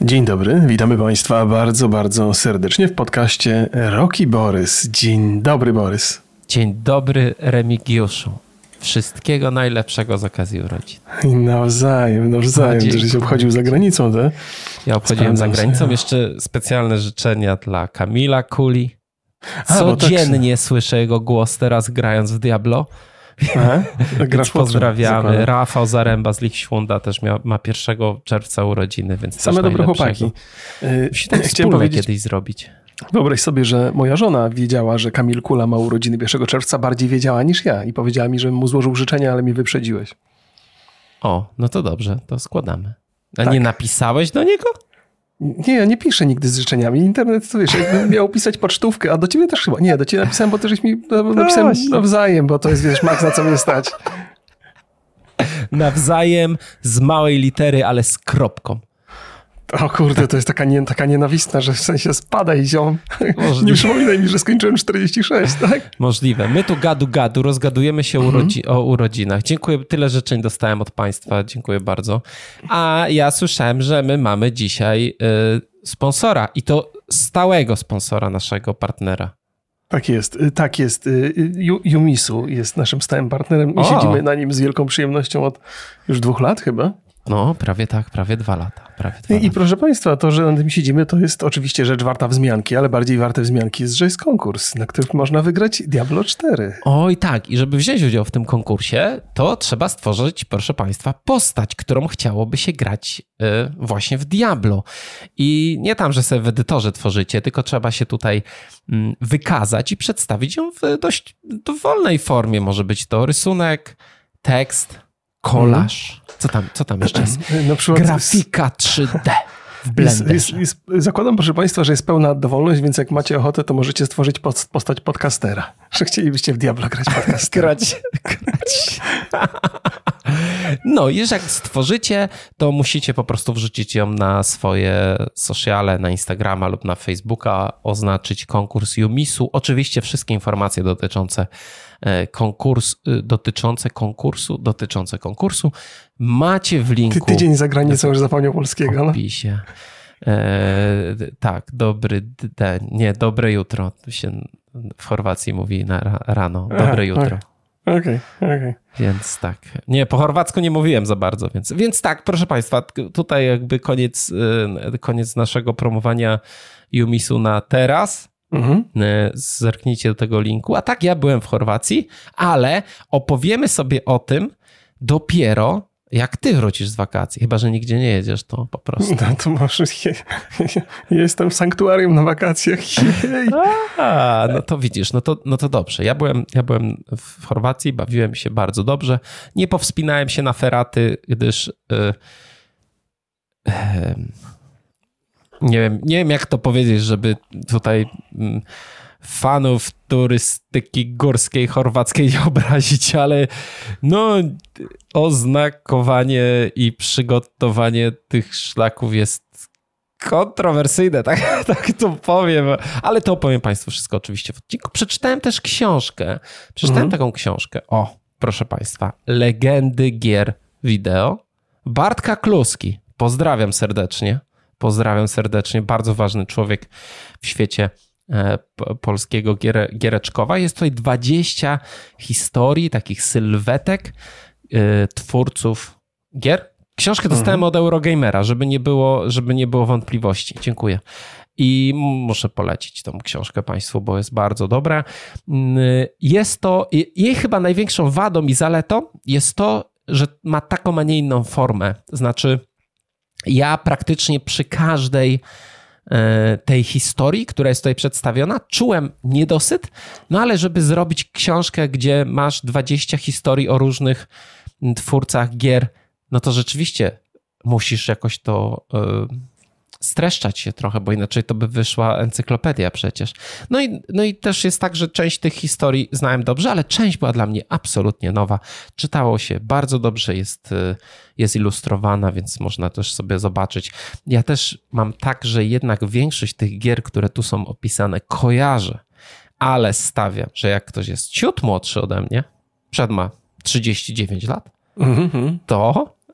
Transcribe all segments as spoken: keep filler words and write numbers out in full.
Dzień dobry, witamy Państwa bardzo, bardzo serdecznie w podcaście Roki Borys. Dzień dobry, Borys. Dzień dobry, Remigiuszu. Wszystkiego najlepszego z okazji urodzin. Nawzajem, nawzajem. Ty, żeś obchodził za granicą, tak? Ja obchodziłem za granicą. Się. Jeszcze specjalne życzenia dla Kamila Kuli. Codziennie tak... słyszę jego głos teraz grając w Diablo. Aha, więc pozdrawiamy. Rafał Zaręba z Lichśwunda też miał, ma pierwszego czerwca urodziny, więc same dobre chłopaki. Musi tak Chciałem powiedzieć, kiedyś zrobić. Wyobraź sobie, że moja żona wiedziała, że Kamil Kula ma urodziny pierwszego czerwca, bardziej wiedziała niż ja i powiedziała mi, że mu złożył życzenia, ale mi wyprzedziłeś. O, no to dobrze, to składamy. A tak. Nie napisałeś do niego? Nie, ja nie piszę nigdy z życzeniami. Internet, to wiesz, jakbym miał pisać pocztówkę, a do ciebie też chyba. Nie, do ciebie napisałem, bo też mi napisałem no nawzajem, bo to jest, wiesz, Max, na co mnie stać. Nawzajem z małej litery, ale z kropką. O kurde, to jest taka, nie, taka nienawistna, że w sensie spadaj, ziom. Nie przypominaj mi, że skończyłem czterdzieści sześć, tak? Możliwe. My tu gadu gadu, rozgadujemy się mhm. urodzi- o urodzinach. Dziękuję, tyle życzeń dostałem od Państwa, dziękuję bardzo. A ja słyszałem, że my mamy dzisiaj y, sponsora i to stałego sponsora naszego partnera. Tak jest, tak jest. Yumisu jest naszym stałym partnerem i o. siedzimy na nim z wielką przyjemnością od już dwóch lat chyba. No, prawie tak, prawie dwa lata. Prawie dwa I, lata. I proszę Państwa, to, że na tym siedzimy, to jest oczywiście rzecz warta wzmianki, ale bardziej warte wzmianki jest, że jest konkurs, na którym można wygrać Diablo cztery. Oj tak, i żeby wziąć udział w tym konkursie, to trzeba stworzyć, proszę Państwa, postać, którą chciałoby się grać y, właśnie w Diablo. I nie tam, że sobie w edytorze tworzycie, tylko trzeba się tutaj y, wykazać i przedstawić ją w dość dowolnej formie. Może być to rysunek, tekst, kolaż. Co tam, co tam jeszcze jest? Na przykład grafika trzy D w Blenderze. Jest, jest, jest, zakładam, proszę Państwa, że jest pełna dowolność, więc jak macie ochotę, to możecie stworzyć post, postać podcastera. Że chcielibyście w Diablo grać podcastera. grać, grać. No, jeżeli jak stworzycie, to musicie po prostu wrzucić ją na swoje sociale, na Instagrama lub na Facebooka, oznaczyć konkurs Yumisu. Oczywiście wszystkie informacje dotyczące konkurs, dotyczące konkursu, dotyczące konkursu macie w linku. Ty, tydzień za granicą już zapomniał polskiego. W opisie. No? E, tak, dobry dzień, nie, dobre jutro. Tu się w Chorwacji mówi na rano. Dobre Aha, jutro. Okej, okay, okej. Okay. Więc tak. Nie, po chorwacku nie mówiłem za bardzo, więc, więc tak, proszę Państwa, tutaj jakby koniec, koniec naszego promowania Yumisu na teraz. Mhm. Zerknijcie do tego linku. A tak, ja byłem w Chorwacji, ale opowiemy sobie o tym dopiero jak ty wrócisz z wakacji. Chyba że nigdzie nie jedziesz, to po prostu. No to może je, jestem w sanktuarium na wakacjach. A, no to widzisz, no to, no to dobrze. Ja byłem, ja byłem w Chorwacji, bawiłem się bardzo dobrze. Nie powspinałem się na feraty, gdyż yy, yy, nie wiem, nie wiem jak to powiedzieć, żeby tutaj yy, fanów turystyki górskiej chorwackiej nie obrazić, ale no oznakowanie i przygotowanie tych szlaków jest kontrowersyjne, tak, tak to powiem, ale to opowiem Państwu wszystko oczywiście w odcinku. Przeczytałem też książkę, przeczytałem mhm. taką książkę, o, proszę Państwa, Legendy gier wideo, Bartka Kluski, pozdrawiam serdecznie, pozdrawiam serdecznie, bardzo ważny człowiek w świecie polskiego gier, giereczkowa. Jest tutaj dwadzieścia historii, takich sylwetek yy, twórców gier. Książkę dostałem mhm. od Eurogamera, żeby nie było, żeby nie było wątpliwości. Dziękuję. I muszę polecić tą książkę Państwu, bo jest bardzo dobra. Jest to, jej chyba największą wadą i zaletą jest to, że ma taką, a nie inną formę. Znaczy, ja praktycznie przy każdej tej historii, która jest tutaj przedstawiona, czułem niedosyt, no ale żeby zrobić książkę, gdzie masz dwadzieścia historii o różnych twórcach gier, no to rzeczywiście musisz jakoś to y, streszczać się trochę, bo inaczej to by wyszła encyklopedia przecież. No i, no i też jest tak, że część tych historii znałem dobrze, ale część była dla mnie absolutnie nowa. Czytało się bardzo dobrze, jest, jest ilustrowana, więc można też sobie zobaczyć. Ja też mam tak, że jednak większość tych gier, które tu są opisane, kojarzę, ale stawiam, że jak ktoś jest ciut młodszy ode mnie, przed ma trzydzieści dziewięć lat, mm-hmm. to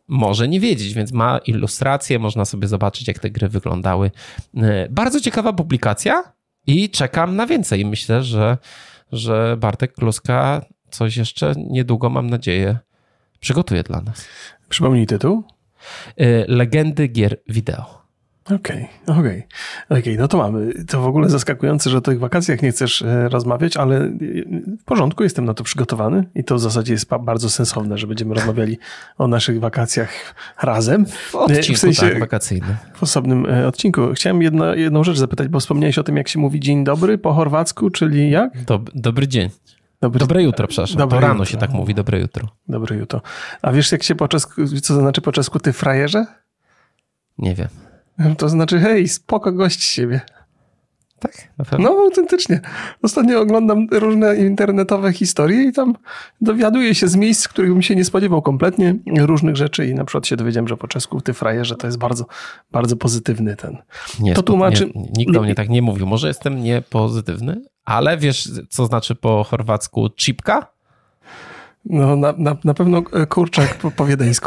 może nie wiedzieć, więc ma ilustracje, można sobie zobaczyć, jak te gry wyglądały. Bardzo ciekawa publikacja i czekam na więcej. Myślę, że, że Bartek Kluska coś jeszcze niedługo, mam nadzieję, przygotuje dla nas. Przypomnij tytuł. Legendy gier wideo. Okej, okay, okej. Okay. Okay, no to mamy. To w ogóle zaskakujące, że o tych wakacjach nie chcesz rozmawiać, ale w porządku, jestem na to przygotowany i to w zasadzie jest bardzo sensowne, że będziemy rozmawiali o naszych wakacjach razem. W odcinku, w sensie, tak, wakacyjnym. W osobnym odcinku. Chciałem jedno, jedną rzecz zapytać, bo wspomniałeś o tym, jak się mówi dzień dobry po chorwacku, czyli jak? Dob, dobry dzień. Dobry, dobre jutro, przepraszam. Dobre to rano jutro. Się tak mówi, dobre jutro. Dobre jutro. A wiesz, jak się po czesku, co to znaczy po czesku ty frajerze? Nie wiem. To znaczy, hej, spoko, gość siebie. Tak? Na pewno? No, autentycznie. Ostatnio oglądam różne internetowe historie i tam dowiaduję się z miejsc, których bym się nie spodziewał kompletnie, różnych rzeczy i na przykład się dowiedziałem, że po czesku ty frajerze to jest bardzo, bardzo pozytywny ten. Nie, to tłumaczy... nie, nikt do mnie tak nie mówił. Może jestem niepozytywny, ale wiesz, co znaczy po chorwacku czipka? No, na, na, na pewno kurczak po, po wiedeńsku.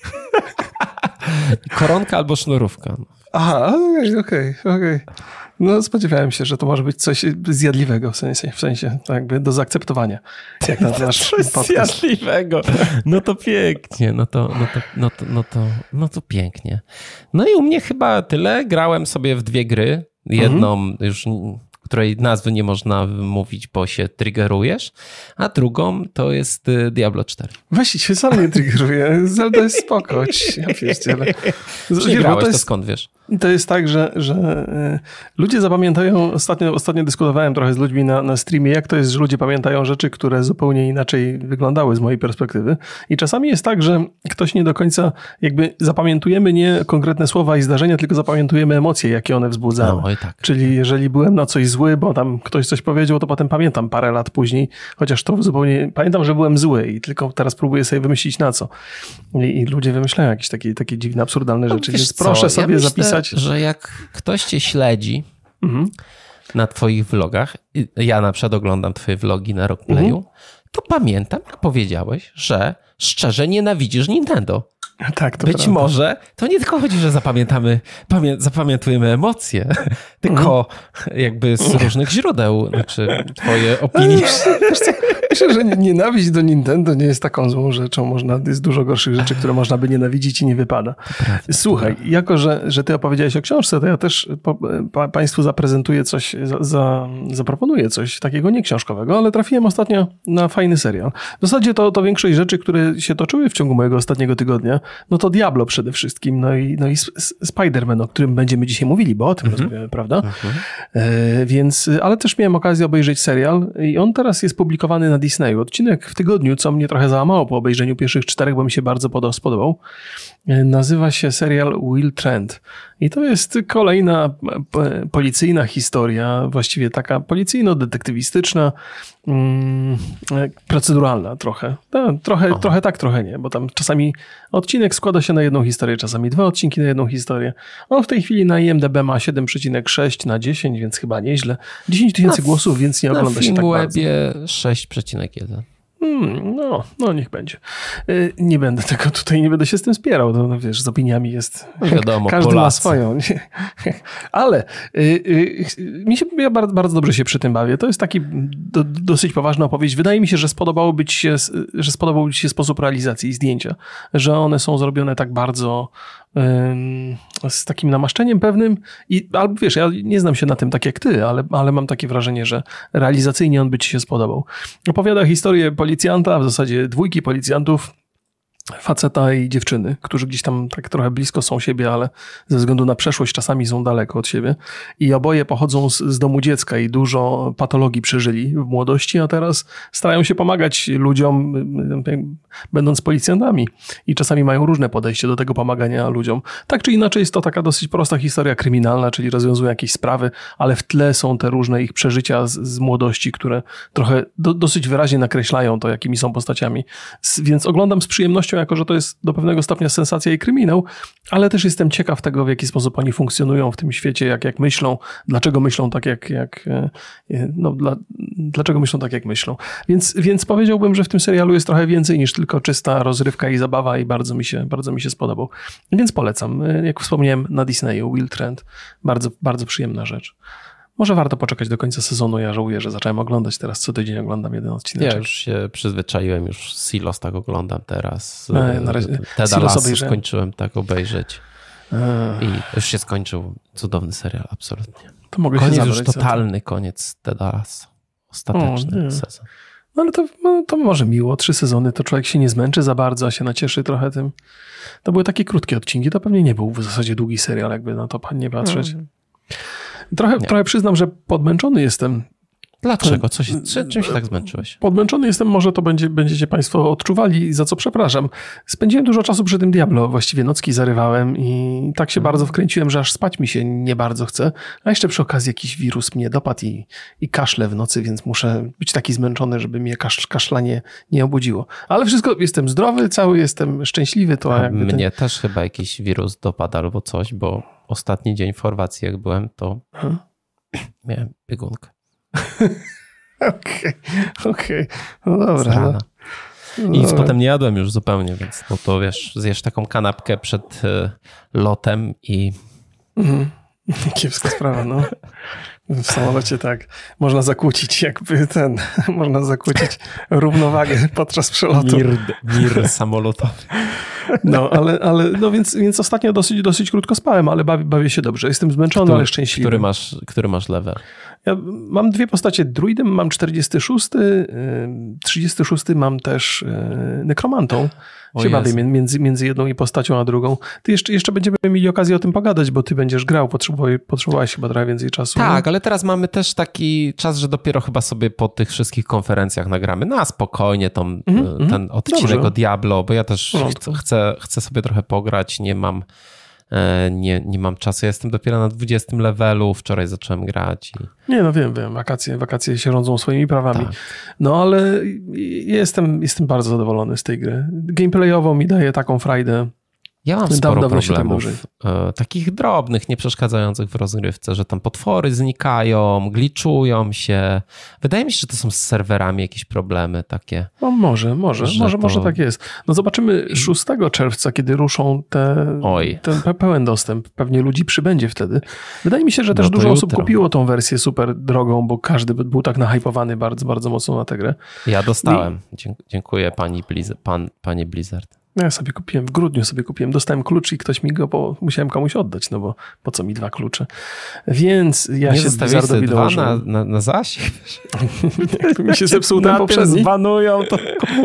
Koronka albo sznurówka. Aha, okej, okej. Okay, okay. No spodziewałem się, że to może być coś zjadliwego, w sensie, w sensie jakby do zaakceptowania. Jak na nasz coś zjadliwego. No to pięknie, no to, no, to, no, to, no, to, no to pięknie. No i u mnie chyba tyle. Grałem sobie w dwie gry. Jedną mhm. już... której nazwy nie można mówić, bo się triggerujesz, a drugą to jest Diablo cztery. Właśnie się sam nie triggeruje. Zelda jest spoko. Ja pierdzielę. Nie grałeś, to, jest, to skąd wiesz? To jest tak, że, że ludzie zapamiętają, ostatnio, ostatnio dyskutowałem trochę z ludźmi na, na streamie, jak to jest, że ludzie pamiętają rzeczy, które zupełnie inaczej wyglądały z mojej perspektywy. I czasami jest tak, że ktoś nie do końca, jakby zapamiętujemy nie konkretne słowa i zdarzenia, tylko zapamiętujemy emocje, jakie one wzbudzają. No, i tak. Czyli jeżeli byłem na coś zły, bo tam ktoś coś powiedział, to potem pamiętam parę lat później, chociaż to zupełnie, pamiętam, że byłem zły i tylko teraz próbuję sobie wymyślić na co. I, i ludzie wymyślają jakieś takie, takie dziwne, absurdalne no, rzeczy, więc co? proszę ja sobie myślę, zapisać. Że jak ktoś cię śledzi mhm. na twoich vlogach, ja na przykład oglądam twoje vlogi na Rockplayu, mhm. to pamiętam, jak powiedziałeś, że szczerze nienawidzisz Nintendo. Tak, to Być prawda. może to nie tylko chodzi, że zapamiętamy, pamię, zapamiętujemy emocje, tylko mm. jakby z różnych źródeł, znaczy twoje opinie. Myślę, że nienawiść do Nintendo nie jest taką złą rzeczą. Można, jest dużo gorszych rzeczy, które można by nienawidzić i nie wypada. Prawda, Słuchaj, prawda. jako że, że ty opowiedziałeś o książce, to ja też po, pa, państwu zaprezentuję coś, za, za, zaproponuję coś takiego nieksiążkowego, ale trafiłem ostatnio na fajny serial. W zasadzie to, to większość rzeczy, które się toczyły w ciągu mojego ostatniego tygodnia, no to Diablo przede wszystkim, no i, no i Spider-Man, o którym będziemy dzisiaj mówili, bo o tym mm-hmm. rozmawiamy, prawda? Mm-hmm. E, więc, ale też miałem okazję obejrzeć serial i on teraz jest publikowany na Disneyu. Odcinek w tygodniu, co mnie trochę załamało po obejrzeniu pierwszych czterech, bo mi się bardzo podał, spodobał. E, nazywa się serial Will Trent. I to jest kolejna policyjna historia, właściwie taka policyjno-detektywistyczna, mm, proceduralna trochę. No, trochę, trochę tak, trochę nie, bo tam czasami odcinek składa się na jedną historię, czasami dwa odcinki na jedną historię. On w tej chwili na I M D B ma siedem przecinek sześć na dziesięć, więc chyba nieźle. dziesięć tysięcy głosów, więc nie ogląda się tak bardzo. Na Filmwebie sześć przecinek jeden. Hmm, no, no niech będzie. Yy, nie będę tego tutaj, nie będę się z tym spierał. To, no, wiesz, z opiniami jest... Wiadomo, każdy Polacy. ma swoją. Ale yy, yy, mi się, ja bardzo, bardzo dobrze się przy tym bawię. To jest taki do, dosyć poważna opowieść. Wydaje mi się, że spodobałoby ci się, że spodobałby ci się sposób realizacji i zdjęcia. Że one są zrobione tak bardzo... z takim namaszczeniem pewnym i albo wiesz, ja nie znam się na tym tak jak ty, ale, ale mam takie wrażenie, że realizacyjnie on by ci się spodobał. Opowiada historię policjanta, w zasadzie dwójki policjantów, faceta i dziewczyny, którzy gdzieś tam tak trochę blisko są siebie, ale ze względu na przeszłość czasami są daleko od siebie. I oboje pochodzą z, z domu dziecka i dużo patologii przeżyli w młodości, a teraz starają się pomagać ludziom, będąc policjantami. I czasami mają różne podejście do tego pomagania ludziom. Tak czy inaczej jest to taka dosyć prosta historia kryminalna, czyli rozwiązują jakieś sprawy, ale w tle są te różne ich przeżycia z, z młodości, które trochę do, dosyć wyraźnie nakreślają to, jakimi są postaciami. S, więc oglądam z przyjemnością, jako że to jest do pewnego stopnia sensacja i kryminał, ale też jestem ciekaw tego, w jaki sposób oni funkcjonują w tym świecie, jak, jak myślą, dlaczego myślą tak, jak, jak no, dla, dlaczego myślą tak, jak myślą. Więc, więc powiedziałbym, że w tym serialu jest trochę więcej niż tylko czysta rozrywka i zabawa i bardzo mi się, bardzo mi się spodobał. Więc polecam. Jak wspomniałem, na Disneyu, Will Trent. Bardzo, bardzo przyjemna rzecz. Może warto poczekać do końca sezonu. Ja żałuję, że zacząłem oglądać teraz. Co tydzień oglądam jeden odcinek. Ja już się przyzwyczaiłem, już Silos tak oglądam teraz. E, na razie Teda Lasso skończyłem tak obejrzeć. E. I już się skończył. Cudowny serial, absolutnie. To mogę koniec się już totalny, koniec Teda Lasso. Ostateczny o, sezon. No ale to, no, to może miło. Trzy sezony, to człowiek się nie zmęczy za bardzo, a się nacieszy trochę tym. To były takie krótkie odcinki. To pewnie nie był w zasadzie długi serial, jakby na to nie patrzeć. Hmm. Trochę, trochę przyznam, że podmęczony jestem. Dlaczego? Co się, czy, czym się tak zmęczyłeś? Podmęczony jestem, może to będzie, będziecie państwo odczuwali, za co przepraszam. Spędziłem dużo czasu przy tym Diablo, właściwie nocki zarywałem i tak się hmm. bardzo wkręciłem, że aż spać mi się nie bardzo chce. A jeszcze przy okazji jakiś wirus mnie dopadł i, i kaszlę w nocy, więc muszę być taki zmęczony, żeby mnie kasz, kaszlanie nie obudziło. Ale wszystko, jestem zdrowy, cały jestem szczęśliwy. To A jakby mnie ten... też chyba jakiś wirus dopadł albo coś, bo ostatni dzień w Chorwacji jak byłem, to hmm? miałem biegunkę. Okej, okej. Okay. No dobra. No. No I nic potem nie jadłem już zupełnie, więc no to wiesz, zjesz taką kanapkę przed y, lotem i... Mhm. Kiepska sprawa, no. W samolocie tak. Można zakłócić jakby ten, można zakłócić równowagę podczas przelotu. Mir, mir samolotowy. No, ale, ale no więc, więc ostatnio dosyć, dosyć krótko spałem, ale bawię, bawię się dobrze. Jestem zmęczony, który, ale szczęśliwy. Który masz, który masz level? Ja mam dwie postacie druidem, mam czterdziesty szósty, trzydziesty szósty mam też nekromantą. O się bawię między, między jedną i postacią a drugą. Ty jeszcze, jeszcze będziemy mieli okazję o tym pogadać, bo ty będziesz grał, potrzebowałeś, potrzebowałeś chyba trochę więcej czasu. Tak, nie? Ale teraz mamy też taki czas, że dopiero chyba sobie po tych wszystkich konferencjach nagramy na spokojnie tą, mm-hmm. ten odcinek Dobrze. o Diablo, bo ja też chcę, chcę, chcę sobie trochę pograć, nie mam Nie, nie mam czasu. Ja jestem dopiero na dwudziestym levelu. Wczoraj zacząłem grać. I... Nie, no wiem, wiem. Wakacje, wakacje się rządzą swoimi prawami. Tak. No ale jestem, jestem bardzo zadowolony z tej gry. Gameplayowo mi daje taką frajdę. Ja mam sporo problemów, e, takich drobnych, nie przeszkadzających w rozgrywce, że tam potwory znikają, gliczują się. Wydaje mi się, że to są z serwerami jakieś problemy takie. No może, może, może, to... może tak jest. No zobaczymy szóstego czerwca, kiedy ruszą te, Oj. ten pełen dostęp. Pewnie ludzi przybędzie wtedy. Wydaje mi się, że też no dużo jutro. osób kupiło tą wersję super drogą, bo każdy był tak nahypowany bardzo, bardzo mocno na tę grę. Ja dostałem. I... Dziękuję pani Blizzard, pan, panie Blizzard. Ja sobie kupiłem, w grudniu sobie kupiłem, dostałem klucz i ktoś mi go, bo musiałem komuś oddać, no bo po co mi dwa klucze. Więc ja nie się Blizzardowi dołożyłem. Na, na, na zaś? Jak mi się zepsuł ten poprzedni. Zbanują, to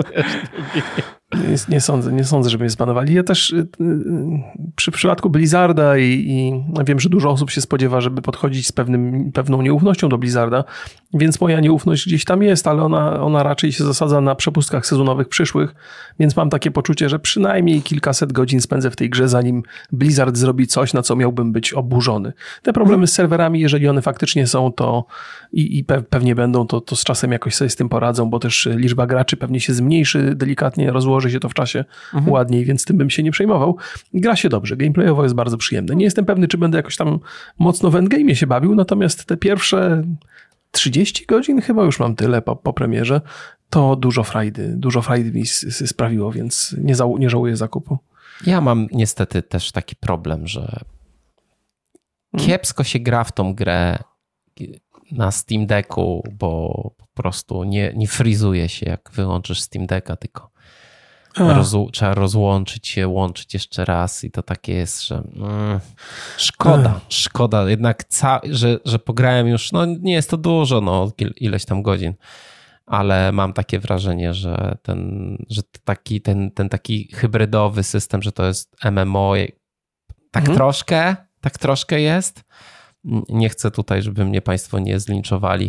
nie, nie sądzę, nie sądzę, żeby mnie zbanowali. Ja też przy przypadku Blizzarda i, i wiem, że dużo osób się spodziewa, żeby podchodzić z pewnym, pewną nieufnością do Blizzarda, więc moja nieufność gdzieś tam jest, ale ona, ona raczej się zasadza na przepustkach sezonowych przyszłych, więc mam takie poczucie, że przynajmniej kilkaset godzin spędzę w tej grze, zanim Blizzard zrobi coś, na co miałbym być oburzony. Te problemy z serwerami, jeżeli one faktycznie są, to i, i pe, pewnie będą, to, to z czasem jakoś sobie z tym poradzą, bo też liczba graczy pewnie się zmniejszy, delikatnie rozłoży się to w czasie mhm. ładniej, więc tym bym się nie przejmował. Gra się dobrze, gameplayowo jest bardzo przyjemne. Nie jestem pewny, czy będę jakoś tam mocno w endgame'ie się bawił, natomiast te pierwsze trzydzieści godzin chyba już mam tyle po, po premierze, to dużo frajdy, dużo frajdy mi s- s- sprawiło, więc nie, za- nie żałuję zakupu. Ja mam niestety też taki problem, że kiepsko się gra w tą grę na Steam Decku, bo po prostu nie, nie frizuje się, jak wyłączysz Steam Decka, tylko rozł- trzeba rozłączyć się, łączyć jeszcze raz i to takie jest, że mm, szkoda, Ech. szkoda. Jednak, ca- że, że pograłem już, no nie jest to dużo, no ileś tam godzin, ale mam takie wrażenie, że ten, że taki, ten, ten taki hybrydowy system, że to jest M M O, tak mhm. troszkę, tak troszkę jest. Nie chcę tutaj, żeby mnie państwo nie zlinczowali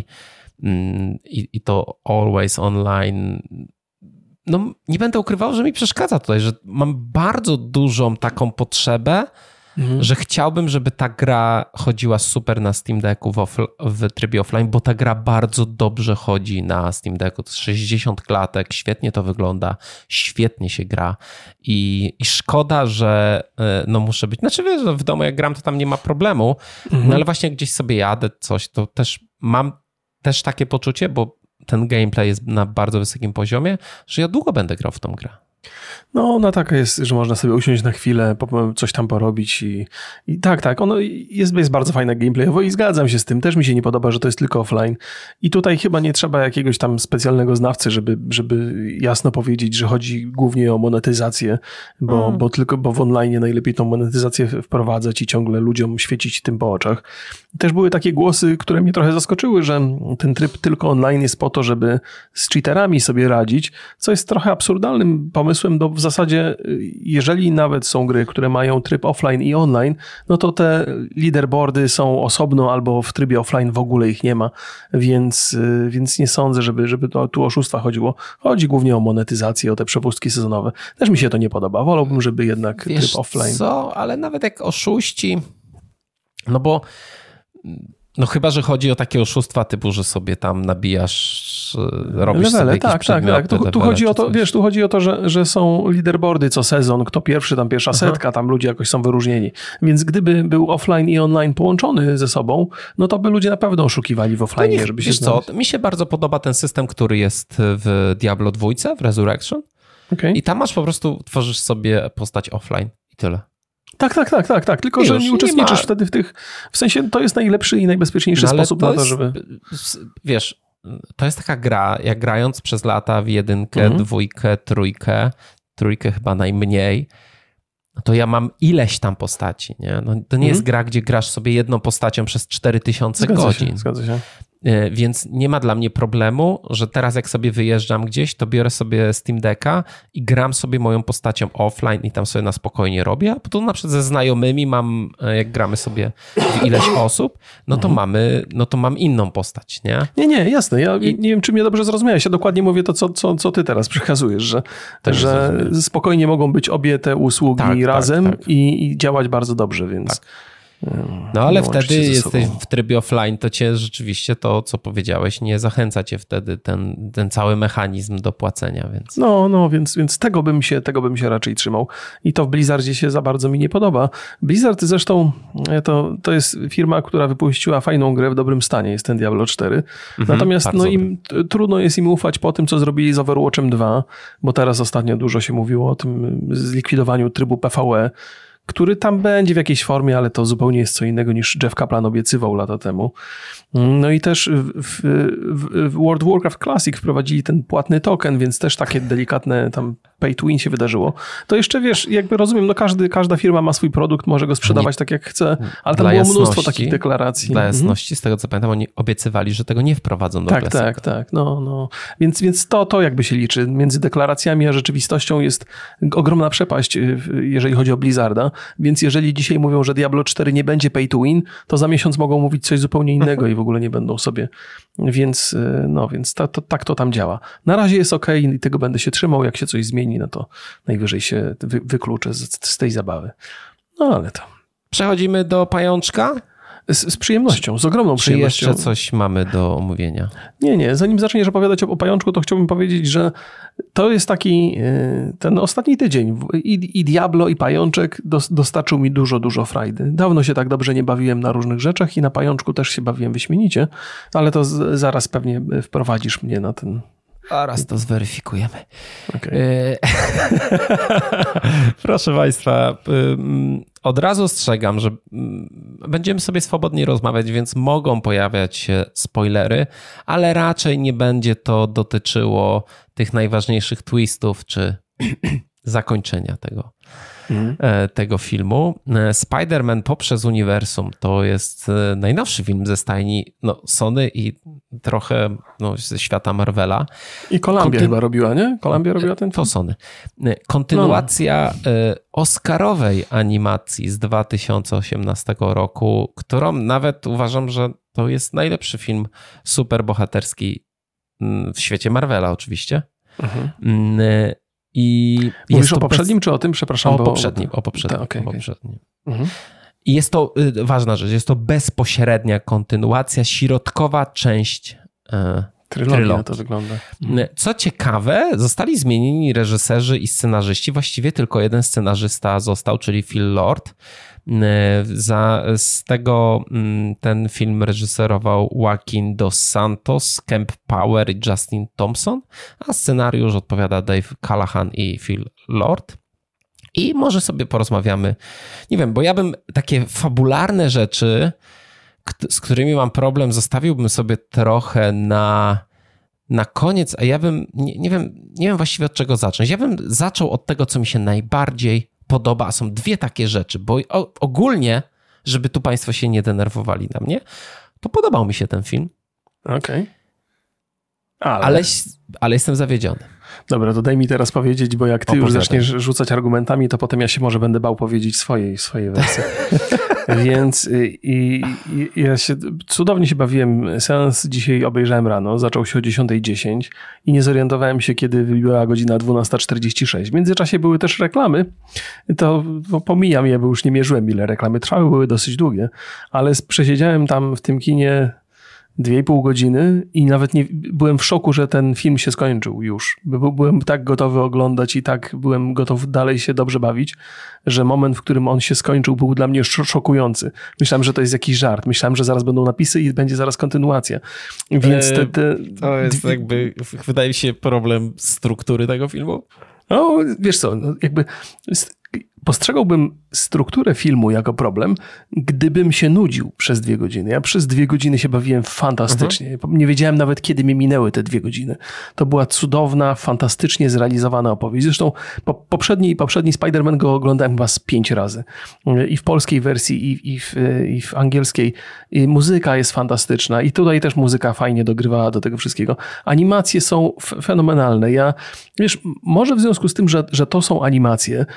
i, i to always online. No nie będę ukrywał, że mi przeszkadza tutaj, że mam bardzo dużą taką potrzebę, mhm. że chciałbym, żeby ta gra chodziła super na Steam Decku w, off- w trybie offline, bo ta gra bardzo dobrze chodzi na Steam Decku. To jest sześćdziesiąt klatek, świetnie to wygląda, świetnie się gra i, i szkoda, że no muszę być, znaczy wiesz, w domu jak gram, to tam nie ma problemu, mhm. no ale właśnie gdzieś sobie jadę coś, to też mam też takie poczucie, bo ten gameplay jest na bardzo wysokim poziomie, że ja długo będę grał w tą grę. No ona taka jest, że można sobie usiąść na chwilę, coś tam porobić i, i tak, tak, ono jest, jest bardzo fajne gameplayowo i zgadzam się z tym, też mi się nie podoba, że to jest tylko offline i tutaj chyba nie trzeba jakiegoś tam specjalnego znawcy, żeby, żeby jasno powiedzieć, że chodzi głównie o monetyzację, bo, mm. bo tylko bo w online najlepiej tą monetyzację wprowadzać i ciągle ludziom świecić tym po oczach. Też były takie głosy, które mnie trochę zaskoczyły, że ten tryb tylko online jest po to, żeby z cheaterami sobie radzić, co jest trochę absurdalnym pomysłem, bo w zasadzie jeżeli nawet są gry, które mają tryb offline i online, no to te leaderboardy są osobno albo w trybie offline w ogóle ich nie ma, więc, więc nie sądzę, żeby, żeby to, tu o oszustwa chodziło. Chodzi głównie o monetyzację, o te przepustki sezonowe. Też mi się to nie podoba. Wolałbym, żeby jednak Wiesz tryb offline. Co, ale nawet jak oszuści, no bo no chyba, że chodzi o takie oszustwa typu, że sobie tam nabijasz, robisz levele, sobie jakieś tak, tak, tak. Tu, tu chodzi o to, wiesz, tu chodzi o to, że, że są leaderboardy co sezon, kto pierwszy, tam pierwsza Aha. setka, tam ludzie jakoś są wyróżnieni. Więc gdyby był offline i online połączony ze sobą, no to by ludzie na pewno oszukiwali w offline, niech, żeby się wiesz co, mi się bardzo podoba ten system, który jest w Diablo dwa, w Resurrection. Okay. I tam masz po prostu, tworzysz sobie postać offline i tyle. Tak, tak, tak, tak, tak. Tylko, Już, że nie uczestniczysz nie wtedy w tych... W sensie to jest najlepszy i najbezpieczniejszy no, sposób to na to, jest, żeby... Wiesz, to jest taka gra, jak grając przez lata w jedynkę, mhm. dwójkę, trójkę, trójkę chyba najmniej, to ja mam ileś tam postaci, nie? No, to nie mhm. jest gra, gdzie grasz sobie jedną postacią przez cztery tysiące zgadza godzin. Się, zgadza się. Więc nie ma dla mnie problemu, że teraz jak sobie wyjeżdżam gdzieś, to biorę sobie Steam Decka i gram sobie moją postacią offline i tam sobie na spokojnie robię, a potem na przykład ze znajomymi mam, jak gramy sobie w ileś osób, no to mhm. mamy, no to mam inną postać, nie? Nie, nie, jasne. Ja I... nie wiem, czy mnie dobrze zrozumiałeś. Ja dokładnie mówię to, co, co, co ty teraz przekazujesz, że, że spokojnie mogą być obie te usługi tak, razem tak, tak. I, i działać bardzo dobrze, więc... Tak. No ale wtedy jesteś w trybie offline, to cię rzeczywiście to, co powiedziałeś, nie zachęca cię wtedy ten, ten cały mechanizm do płacenia, więc... No, no, więc, więc tego bym się, tego bym się raczej trzymał. I to w Blizzardzie się za bardzo mi nie podoba. Blizzard zresztą to, to jest firma, która wypuściła fajną grę w dobrym stanie, jest ten Diablo cztery. Mhm, Natomiast no, im, trudno jest im ufać po tym, co zrobili z Overwatchem dwa, bo teraz ostatnio dużo się mówiło o tym zlikwidowaniu trybu P V E, który tam będzie w jakiejś formie, ale to zupełnie jest co innego niż Jeff Kaplan obiecywał lata temu. No i też w, w, w World of Warcraft Classic wprowadzili ten płatny token, więc też takie delikatne tam pay to win się wydarzyło. To jeszcze wiesz, jakby rozumiem, no każdy, każda firma ma swój produkt, może go sprzedawać nie, tak jak chce, ale tam było mnóstwo takich deklaracji. Dla jasności, mhm. z tego co pamiętam, oni obiecywali, że tego nie wprowadzą do Tak, Classica. tak, tak. No, no. Więc, więc to, to jakby się liczy. Między deklaracjami a rzeczywistością jest ogromna przepaść, jeżeli chodzi o Blizzarda. Więc jeżeli dzisiaj mówią, że Diablo cztery nie będzie pay to win, to za miesiąc mogą mówić coś zupełnie innego i w ogóle nie będą sobie. Więc no, więc to, to, tak to tam działa. Na razie jest okej i tego będę się trzymał. Jak się coś zmieni, no to najwyżej się wy, wykluczę z, z tej zabawy. No ale to. Przechodzimy do pajączka? Z, z przyjemnością, z ogromną Czy przyjemnością. Czy jeszcze coś mamy do omówienia? Nie, nie. Zanim zaczniesz opowiadać o, o pajączku, to chciałbym powiedzieć, że to jest taki ten ostatni tydzień. I, i Diablo, i pajączek dos, dostarczył mi dużo, dużo frajdy. Dawno się tak dobrze nie bawiłem na różnych rzeczach i na pajączku też się bawiłem wyśmienicie, ale to z, zaraz pewnie wprowadzisz mnie na ten... A raz to zweryfikujemy. Okay. Proszę Państwa, od razu ostrzegam, że będziemy sobie swobodnie rozmawiać, więc mogą pojawiać się spoilery, ale raczej nie będzie to dotyczyło tych najważniejszych twistów czy zakończenia tego, mm. tego filmu. Spider-Man poprzez uniwersum to jest najnowszy film ze stajni no, Sony i trochę no, ze świata Marvela. I Columbia Kontyn- chyba robiła, nie? Columbia robiła ten film? To Sony. Kontynuacja no. oscarowej animacji z dwa tysiące osiemnastego roku, którą nawet uważam, że to jest najlepszy film superbohaterski w świecie Marvela oczywiście. Mhm. I Mówisz o poprzednim bez... czy o tym? Przepraszam. O bo... poprzednim, o poprzednim. Ta, okay, o poprzednim. Okay. Mhm. I jest to y, ważna rzecz, jest to bezpośrednia kontynuacja, środkowa część y, Trylogia trylogii. To wygląda. Co ciekawe, zostali zmienieni reżyserzy i scenarzyści. Właściwie tylko jeden scenarzysta został, czyli Phil Lord. Za, z tego ten film reżyserował Joaquin Dos Santos, Kemp Power i Justin Thompson, a scenariusz odpowiada Dave Callahan i Phil Lord. I może sobie porozmawiamy, nie wiem, bo ja bym takie fabularne rzeczy, z którymi mam problem, zostawiłbym sobie trochę na, na koniec, a ja bym, nie, nie wiem, nie wiem właściwie od czego zacząć. Ja bym zaczął od tego, co mi się najbardziej podoba, a są dwie takie rzeczy, bo ogólnie, żeby tu państwo się nie denerwowali na mnie, to podobał mi się ten film. Okej. Okay. Ale... ale... Ale jestem zawiedziony. Dobra, to daj mi teraz powiedzieć, bo jak ty Opowiadaj. już zaczniesz rzucać argumentami, to potem ja się może będę bał powiedzieć swojej, swojej wersji. Więc i, i, ja się cudownie się bawiłem. Seans dzisiaj obejrzałem rano, zaczął się o dziesiąta dziesięć i nie zorientowałem się, kiedy wybiła godzina dwunasta czterdzieści sześć. W międzyczasie były też reklamy. To, to pomijam je, bo już nie mierzyłem, ile reklamy trwały, były dosyć długie, ale przesiedziałem tam w tym kinie Dwie i pół godziny i nawet nie, byłem w szoku, że ten film się skończył już. Byłem tak gotowy oglądać i tak byłem gotów dalej się dobrze bawić, że moment, w którym on się skończył, był dla mnie szokujący. Myślałem, że to jest jakiś żart. Myślałem, że zaraz będą napisy i będzie zaraz kontynuacja. Więc te, te... To jest jakby, wydaje mi się, problem struktury tego filmu. No, wiesz co, no jakby... Postrzegałbym strukturę filmu jako problem, gdybym się nudził przez dwie godziny. Ja przez dwie godziny się bawiłem fantastycznie. Mhm. Nie wiedziałem nawet, kiedy mi minęły te dwie godziny. To była cudowna, fantastycznie zrealizowana opowieść. Zresztą po, poprzedni, poprzedni Spider-Man go oglądałem chyba z pięć razy. I w polskiej wersji, i, i, w, i w angielskiej. I muzyka jest fantastyczna. I tutaj też muzyka fajnie dogrywała do tego wszystkiego. Animacje są f- fenomenalne. Ja, wiesz, może w związku z tym, że, że to są animacje,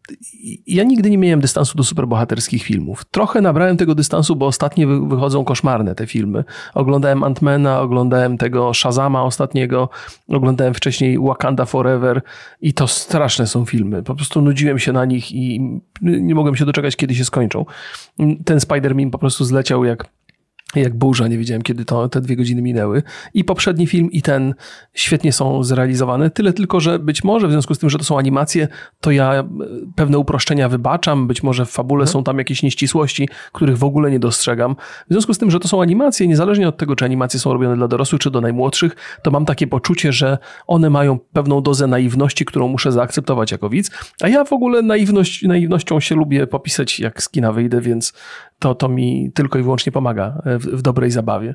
ja nigdy nie miałem dystansu do superbohaterskich filmów. Trochę nabrałem tego dystansu, bo ostatnio wychodzą koszmarne te filmy. Oglądałem Ant-Mana, oglądałem tego Shazama ostatniego, oglądałem wcześniej Wakanda Forever i to straszne są filmy. Po prostu nudziłem się na nich i nie mogłem się doczekać, kiedy się skończą. Ten Spider-Man po prostu zleciał jak jak burza, nie wiedziałem, kiedy to, te dwie godziny minęły. I poprzedni film, i ten świetnie są zrealizowane. Tyle tylko, że być może w związku z tym, że to są animacje, to ja pewne uproszczenia wybaczam. Być może w fabule hmm. są tam jakieś nieścisłości, których w ogóle nie dostrzegam. W związku z tym, że to są animacje, niezależnie od tego, czy animacje są robione dla dorosłych, czy do najmłodszych, to mam takie poczucie, że one mają pewną dozę naiwności, którą muszę zaakceptować jako widz. A ja w ogóle naiwność, naiwnością się lubię popisać, jak z kina wyjdę, więc to, to mi tylko i wyłącznie pomaga w, w dobrej zabawie.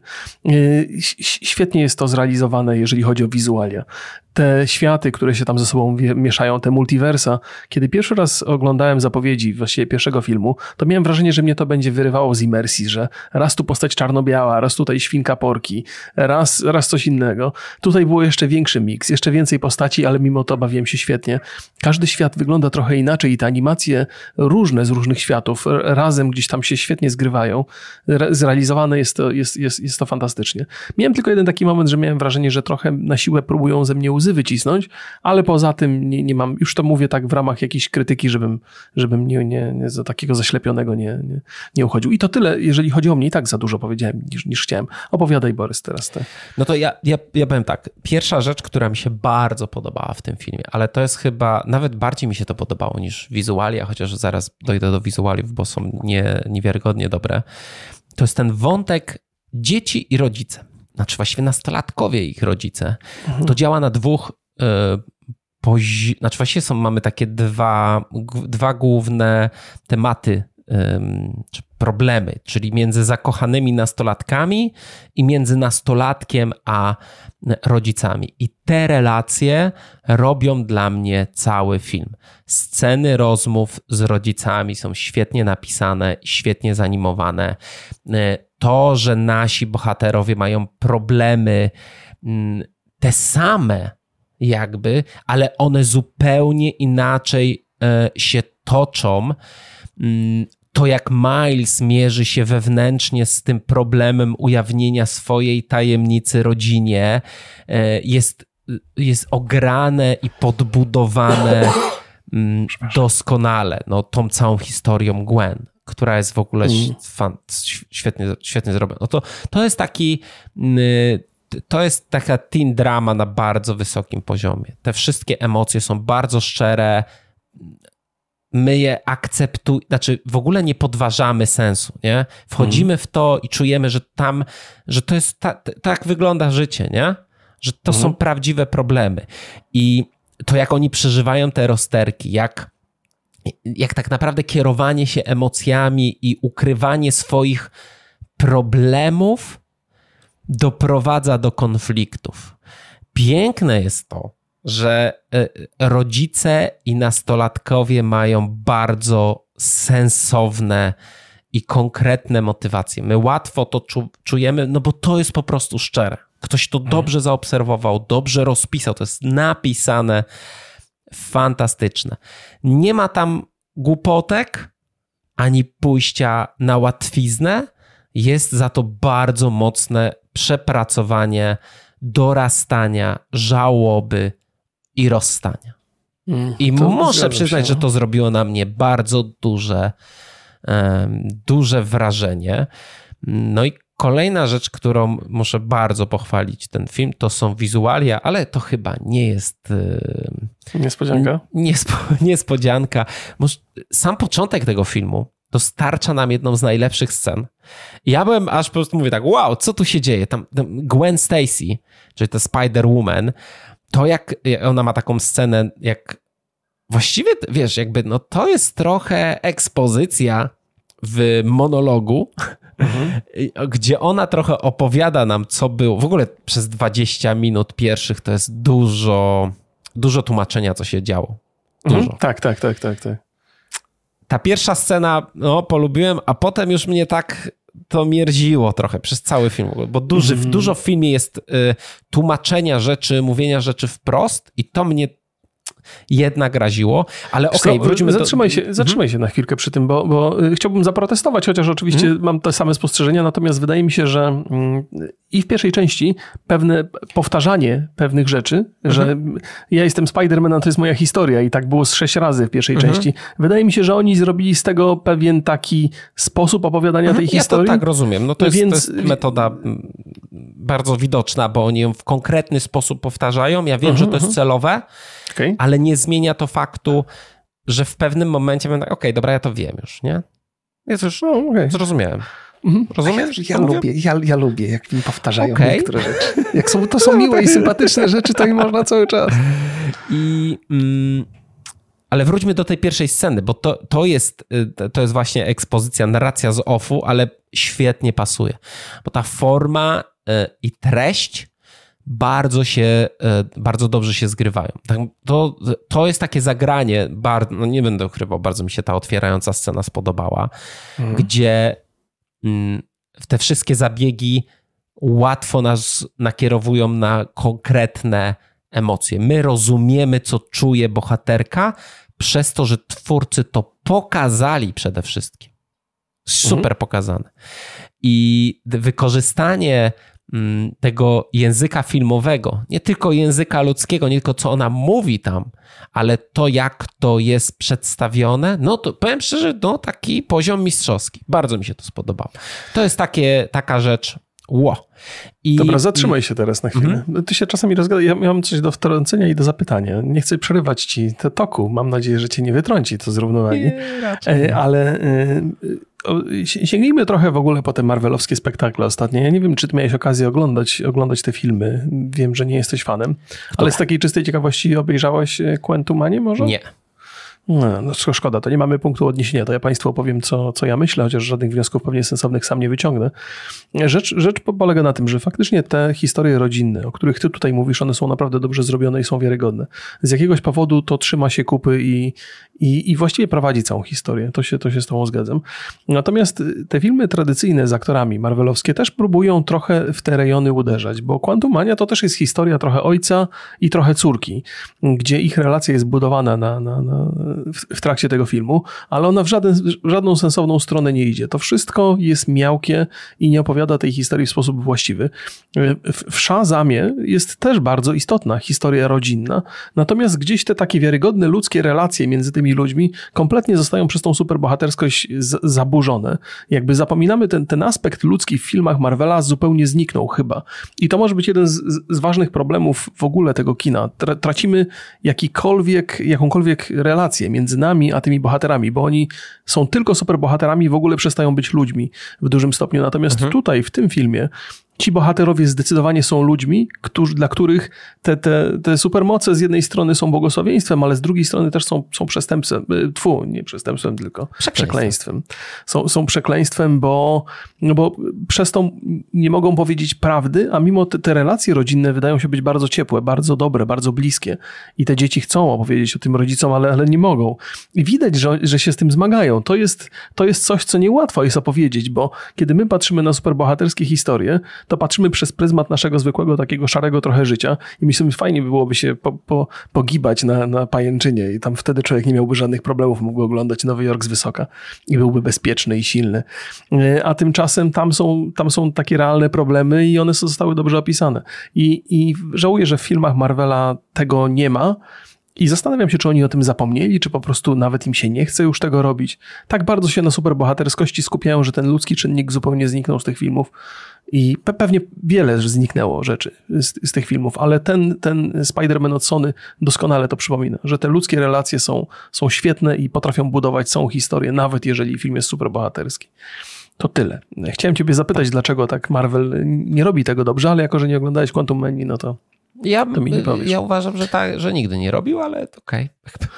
Świetnie jest to zrealizowane, jeżeli chodzi o wizualia. Te światy, które się tam ze sobą mieszają, te multiversa. Kiedy pierwszy raz oglądałem zapowiedzi właściwie pierwszego filmu, to miałem wrażenie, że mnie to będzie wyrywało z imersji, że raz tu postać czarno-biała, raz tutaj świnka Porki, raz, raz coś innego. Tutaj było jeszcze większy miks, jeszcze więcej postaci, ale mimo to bawiłem się świetnie. Każdy świat wygląda trochę inaczej i te animacje różne z różnych światów razem gdzieś tam się świetnie zgrywają. Zrealizowane jest to, jest, jest, jest to fantastycznie. Miałem tylko jeden taki moment, że miałem wrażenie, że trochę na siłę próbują ze mnie łzy wycisnąć, ale poza tym nie, nie mam, już to mówię tak w ramach jakiejś krytyki, żebym, żebym nie, nie, nie za takiego zaślepionego nie, nie, nie uchodził. I to tyle, jeżeli chodzi o mnie, i tak za dużo powiedziałem niż, niż chciałem. Opowiadaj, Borys, teraz ty. No to ja, ja, ja powiem tak. Pierwsza rzecz, która mi się bardzo podobała w tym filmie, ale to jest chyba, nawet bardziej mi się to podobało niż wizualia, chociaż zaraz dojdę do wizualiów, bo są nie, niewiarygodnie dobre. To jest ten wątek dzieci i rodzice. Znaczy właściwie nastolatkowie i ich rodzice. Mhm. To działa na dwóch y, pozi... Znaczy właściwie są, mamy takie dwa, g, dwa główne tematy y, czy problemy, czyli między zakochanymi nastolatkami i między nastolatkiem a rodzicami. I te relacje robią dla mnie cały film. Sceny rozmów z rodzicami są świetnie napisane, świetnie zanimowane. To, że nasi bohaterowie mają problemy te same jakby, ale one zupełnie inaczej się toczą. To, jak Miles mierzy się wewnętrznie z tym problemem ujawnienia swojej tajemnicy rodzinie, jest jest ograne i podbudowane doskonale, no, tą całą historią Gwen, która jest w ogóle mm. fan, świetnie, świetnie zrobiona. No to, to jest taki to jest taka teen drama na bardzo wysokim poziomie. Te wszystkie emocje są bardzo szczere, my je akceptujemy, znaczy w ogóle nie podważamy sensu, nie? Wchodzimy mm. w to i czujemy, że tam, że to jest ta, tak wygląda życie, nie? Że to mm. są prawdziwe problemy. I to jak oni przeżywają te rozterki, jak, jak tak naprawdę kierowanie się emocjami i ukrywanie swoich problemów doprowadza do konfliktów. Piękne jest to, że rodzice i nastolatkowie mają bardzo sensowne i konkretne motywacje. My łatwo to czu, czujemy, no bo to jest po prostu szczere. Ktoś to dobrze zaobserwował, dobrze rozpisał. To jest napisane fantastyczne. Nie ma tam głupotek, ani pójścia na łatwiznę. Jest za to bardzo mocne przepracowanie, dorastania, żałoby i rozstania. Mm, I muszę przyznać, się, no? że to zrobiło na mnie bardzo duże, um, duże wrażenie. No i kolejna rzecz, którą muszę bardzo pochwalić ten film, to są wizualia, ale to chyba nie jest... Niespodzianka? Niespo, niespodzianka. Sam początek tego filmu dostarcza nam jedną z najlepszych scen. Ja byłem aż po prostu mówię tak, wow, co tu się dzieje? Tam, tam Gwen Stacy, czyli ta Spider-Woman, to jak ona ma taką scenę, jak właściwie, wiesz, jakby no to jest trochę ekspozycja w monologu, mhm. gdzie ona trochę opowiada nam, co było. W ogóle przez dwadzieścia minut pierwszych to jest dużo, dużo tłumaczenia, co się działo. Dużo. Mhm. Tak, tak, tak, tak, tak. Ta pierwsza scena, no, polubiłem, a potem już mnie tak to mierziło trochę przez cały film, bo duży, mm. dużo w filmie jest y, tłumaczenia rzeczy, mówienia rzeczy wprost i to mnie jednak raziło, ale okej, okay, wróćmy zatrzymaj do... Się, zatrzymaj się na chwilkę przy tym, bo, bo chciałbym zaprotestować, chociaż oczywiście mm. mam te same spostrzeżenia, natomiast wydaje mi się, że mm, i w pierwszej części pewne powtarzanie pewnych rzeczy, mm-hmm. że ja jestem Spider-Man, to jest moja historia i tak było z sześć razy w pierwszej mm-hmm. części. Wydaje mi się, że oni zrobili z tego pewien taki sposób opowiadania mm-hmm. tej historii. Ja to tak rozumiem. No to, jest, Więc... to jest metoda bardzo widoczna, bo oni ją w konkretny sposób powtarzają. Ja wiem, mm-hmm. że to jest celowe, okay. ale nie zmienia to faktu, że w pewnym momencie będę tak, okej, okay, dobra, ja to wiem już, nie? Ja to już no, okay. zrozumiałem. Mhm. Rozumiesz? Ja, ja lubię, ja, ja lubię, jak mi powtarzają okay. niektóre rzeczy. Jak są, to są miłe i sympatyczne rzeczy, to im można cały czas. I, mm, ale wróćmy do tej pierwszej sceny, bo to, to, jest, to jest właśnie ekspozycja, narracja z offu, ale świetnie pasuje. Bo ta forma y, i treść bardzo się, bardzo dobrze się zgrywają. To, to jest takie zagranie, bardzo, no nie będę ukrywał, bardzo mi się ta otwierająca scena spodobała, mhm. gdzie te wszystkie zabiegi łatwo nas nakierowują na konkretne emocje. My rozumiemy, co czuje bohaterka, przez to, że twórcy to pokazali przede wszystkim. Super mhm. pokazane. I wykorzystanie tego języka filmowego, nie tylko języka ludzkiego, nie tylko co ona mówi tam, ale to, jak to jest przedstawione, no to powiem szczerze, no taki poziom mistrzowski. Bardzo mi się to spodobało. To jest takie, taka rzecz, ło. I, Dobra, zatrzymaj się teraz na chwilę. Mm-hmm. Ty się czasami rozgada. Ja mam coś do wtrącenia i do zapytania. Nie chcę przerywać ci te toku. Mam nadzieję, że cię nie wytrąci to z równowagi. Nie, raczej. Ale sięgnijmy trochę w ogóle po te marvelowskie spektakle ostatnie. Ja nie wiem, czy ty miałeś okazję oglądać, oglądać te filmy. Wiem, że nie jesteś fanem. Kto? Ale z takiej czystej ciekawości obejrzałeś Quantumanię może? Nie. No, no szkoda, to nie mamy punktu odniesienia, to ja Państwu opowiem, co, co ja myślę, chociaż żadnych wniosków pewnie sensownych sam nie wyciągnę. Rzecz, rzecz polega na tym, że faktycznie te historie rodzinne, o których ty tutaj mówisz, one są naprawdę dobrze zrobione i są wiarygodne. Z jakiegoś powodu to trzyma się kupy i, i, i właściwie prowadzi całą historię, to się, to się z tobą zgadzam. Natomiast te filmy tradycyjne z aktorami marvelowskie też próbują trochę w te rejony uderzać, bo Quantumania to też jest historia trochę ojca i trochę córki, gdzie ich relacja jest budowana na, na, na w, w trakcie tego filmu, ale ona w, żaden, w żadną sensowną stronę nie idzie. To wszystko jest miałkie i nie opowiada tej historii w sposób właściwy. W, w Shazamie jest też bardzo istotna historia rodzinna, natomiast gdzieś te takie wiarygodne ludzkie relacje między tymi ludźmi kompletnie zostają przez tą superbohaterskość z, zaburzone. Jakby zapominamy ten, ten aspekt ludzki w filmach Marvela zupełnie zniknął chyba. I to może być jeden z, z ważnych problemów w ogóle tego kina. Tracimy jakikolwiek, jakąkolwiek relację między nami a tymi bohaterami, bo oni są tylko superbohaterami i w ogóle przestają być ludźmi w dużym stopniu. Natomiast mhm. tutaj, w tym filmie, ci bohaterowie zdecydowanie są ludźmi, którzy, dla których te, te, te supermoce z jednej strony są błogosławieństwem, ale z drugiej strony też są, są przestępstwem. Tfu, nie przestępstwem, tylko przekleństwem. przekleństwem. Są, są przekleństwem, bo, no bo przez to nie mogą powiedzieć prawdy, a mimo te, te relacje rodzinne wydają się być bardzo ciepłe, bardzo dobre, bardzo bliskie. I te dzieci chcą opowiedzieć o tym rodzicom, ale, ale nie mogą. I widać, że, że się z tym zmagają. To jest, to jest coś, co niełatwo jest opowiedzieć, bo kiedy my patrzymy na superbohaterskie historie, to patrzymy przez pryzmat naszego zwykłego, takiego szarego trochę życia i myślimy, fajnie by byłoby się po, po, pogibać na, na pajęczynie i tam wtedy człowiek nie miałby żadnych problemów, mógłby oglądać Nowy Jork z wysoka i byłby bezpieczny i silny. A tymczasem tam są, tam są takie realne problemy i one zostały dobrze opisane. I, i żałuję, że w filmach Marvela tego nie ma. I zastanawiam się, czy oni o tym zapomnieli, czy po prostu nawet im się nie chce już tego robić. Tak bardzo się na superbohaterskości skupiają, że ten ludzki czynnik zupełnie zniknął z tych filmów i pe- pewnie wiele zniknęło rzeczy z, z tych filmów, ale ten, ten Spider-Man od Sony doskonale to przypomina, że te ludzkie relacje są, są świetne i potrafią budować całą historię, nawet jeżeli film jest superbohaterski. To tyle. Chciałem ciebie zapytać, dlaczego tak Marvel nie robi tego dobrze, ale jako, że nie oglądałeś Quantum Mania, no to Ja, to mi nie powiesz. Ja uważam, że, tak, że nigdy nie robił, ale to okej. Okay.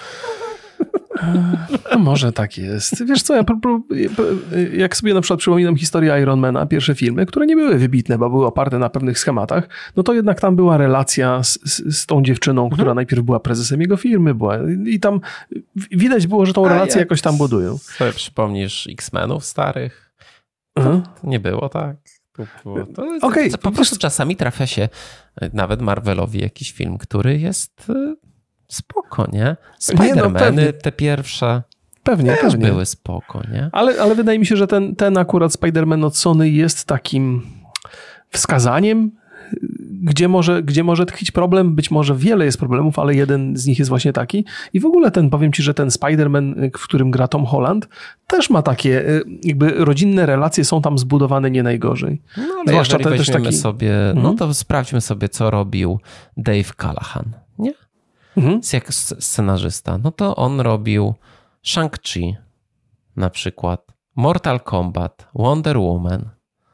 No może tak jest. Wiesz co, ja jak sobie na przykład przypominam historię Ironmana, pierwsze filmy, które nie były wybitne, bo były oparte na pewnych schematach, no to jednak tam była relacja z, z, z tą dziewczyną, mhm. która najpierw była prezesem jego firmy, była i tam widać było, że tą A relację jakoś tam budują. Sobie przypomnisz X-Menów starych? To, mhm. to nie było tak. To, to, okay. to, po prostu czasami trafia się nawet Marvelowi jakiś film, który jest spoko, nie? Spider-Many, nie, no, te pierwsze pewnie, też pewnie. były spoko, nie? Ale, ale wydaje mi się, że ten, ten akurat Spider-Man od Sony jest takim wskazaniem, gdzie może, gdzie może tkwić problem. Być może wiele jest problemów, ale jeden z nich jest właśnie taki. I w ogóle ten, powiem ci, że ten Spider-Man, w którym gra Tom Holland, też ma takie, jakby rodzinne relacje są tam zbudowane nie najgorzej. No ale zwłaszcza jeżeli ten weźmiemy też taki... sobie, mhm. no to sprawdźmy sobie, co robił Dave Callahan, nie? Mhm. Jak scenarzysta. No to on robił Shang-Chi na przykład, Mortal Kombat, Wonder Woman,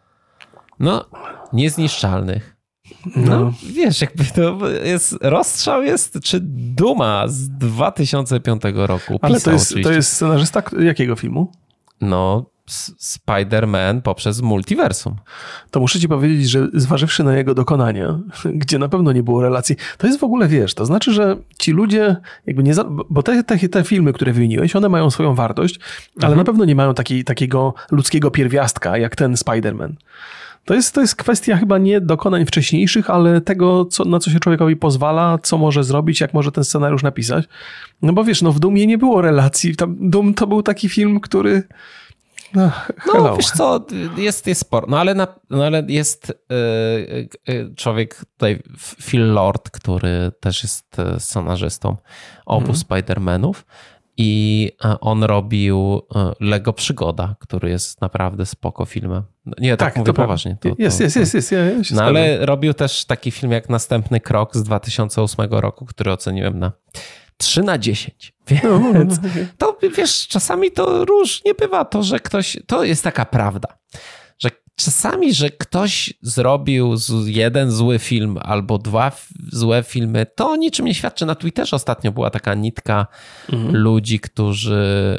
no Niezniszczalnych. No, no wiesz, jakby to jest, rozstrzał jest, czy Duma z dwa tysiące piątego roku. Ale to jest, to jest scenarzysta jakiego filmu? No, Spider-Man poprzez multiversum. To muszę ci powiedzieć, że zważywszy na jego dokonania, gdzie na pewno nie było relacji, to jest w ogóle, wiesz, to znaczy, że ci ludzie jakby nie... Za, bo te, te, te filmy, które wymieniłeś, one mają swoją wartość, ale mhm. na pewno nie mają takiej, takiego ludzkiego pierwiastka, jak ten Spider-Man. To jest, to jest kwestia chyba nie dokonań wcześniejszych, ale tego, co, na co się człowiekowi pozwala, co może zrobić, jak może ten scenariusz napisać. No bo wiesz, no w Dumie nie było relacji. Tam Dum to był taki film, który... No, no wiesz co, jest, jest sporo. No ale, na, no, ale jest yy, yy, człowiek tutaj, Phil Lord, który też jest scenarzystą obu hmm. Spider-Manów. I on robił Lego Przygoda, który jest naprawdę spoko filmem. Nie, tak, tak mówię poważnie. To, jest, to, jest, jest, jest, jest, jest. No ale robił też taki film jak Następny Krok z dwa tysiące ósmego roku, który oceniłem na trzy na dziesięć. Więc to wiesz, czasami to różnie bywa to, że ktoś, to jest taka prawda, że czasami, że ktoś zrobił jeden zły film albo dwa złe filmy, to o niczym nie świadczy. Na Twitterze ostatnio była taka nitka mhm. ludzi, którzy...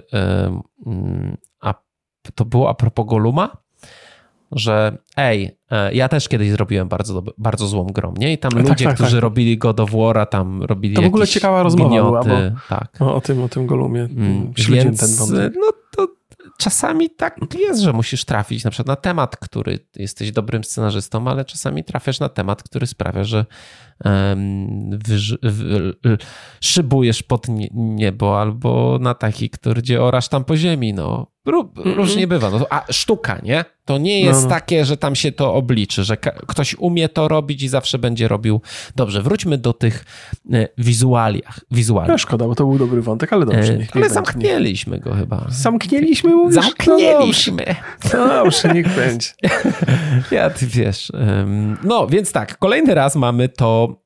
A to było a propos Goluma, że ej, ja też kiedyś zrobiłem bardzo, bardzo złą grę, nie? I tam tak, ludzie, tak, którzy tak. robili God of War'a, tam robili to w ogóle ciekawa rozmowa gnioty, była, bo tak. o, o tym, o tym Golumie. Mm, więc, ten wątek. No to czasami tak jest, że musisz trafić na przykład na temat, który jesteś dobrym scenarzystą, ale czasami trafiasz na temat, który sprawia, że um, wyż, wy, szybujesz pod niebo albo na taki, który gdzie orasz tam po ziemi. No. Różnie bywa. No, a sztuka, nie? To nie jest no, no. takie, że tam się to obliczy, że ktoś umie to robić i zawsze będzie robił dobrze. Wróćmy do tych wizualiach. wizualiach. No, szkoda, bo to był dobry wątek, ale dobrze. Niech ale niech zamknęliśmy będzie. go chyba. Zamknęliśmy? Mówisz? Zamknęliśmy. No dobrze, niech będzie. Ja, ty wiesz. No, więc tak, kolejny raz mamy to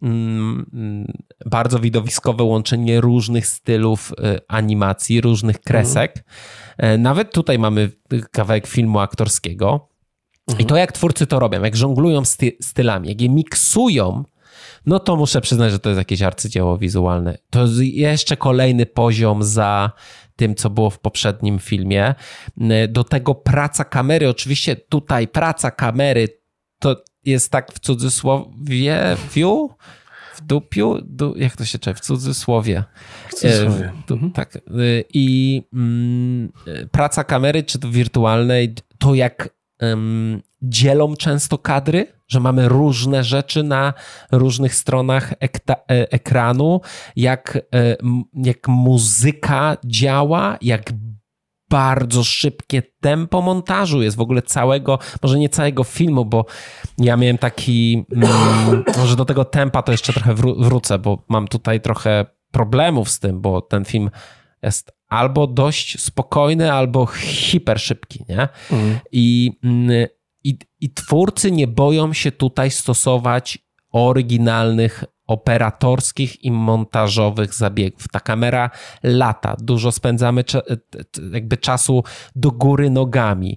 bardzo widowiskowe łączenie różnych stylów animacji, różnych kresek. Mhm. Nawet tutaj mamy kawałek filmu aktorskiego. Mhm. I to jak twórcy to robią, jak żonglują sty- stylami, jak je miksują, no to muszę przyznać, że to jest jakieś arcydzieło wizualne. To jest jeszcze kolejny poziom za tym, co było w poprzednim filmie. Do tego praca kamery, oczywiście tutaj praca kamery to jest tak w cudzysłowie, wiu? W dupiu? Du, jak to się czyta? W cudzysłowie. W cudzysłowie. E, tu, tak. I mm, praca kamery, czy to wirtualnej, to jak um, dzielą często kadry, że mamy różne rzeczy na różnych stronach ekta, e, ekranu, jak, e, jak muzyka działa, jak bardzo szybkie tempo montażu jest w ogóle całego, może nie całego filmu, bo ja miałem taki, mm, może do tego tempa to jeszcze trochę wró- wrócę, bo mam tutaj trochę problemów z tym, bo ten film jest albo dość spokojny, albo hiper szybki, nie? Mm. I, i, I twórcy nie boją się tutaj stosować oryginalnych operatorskich i montażowych zabiegów. Ta kamera lata, dużo spędzamy cza- jakby czasu do góry nogami.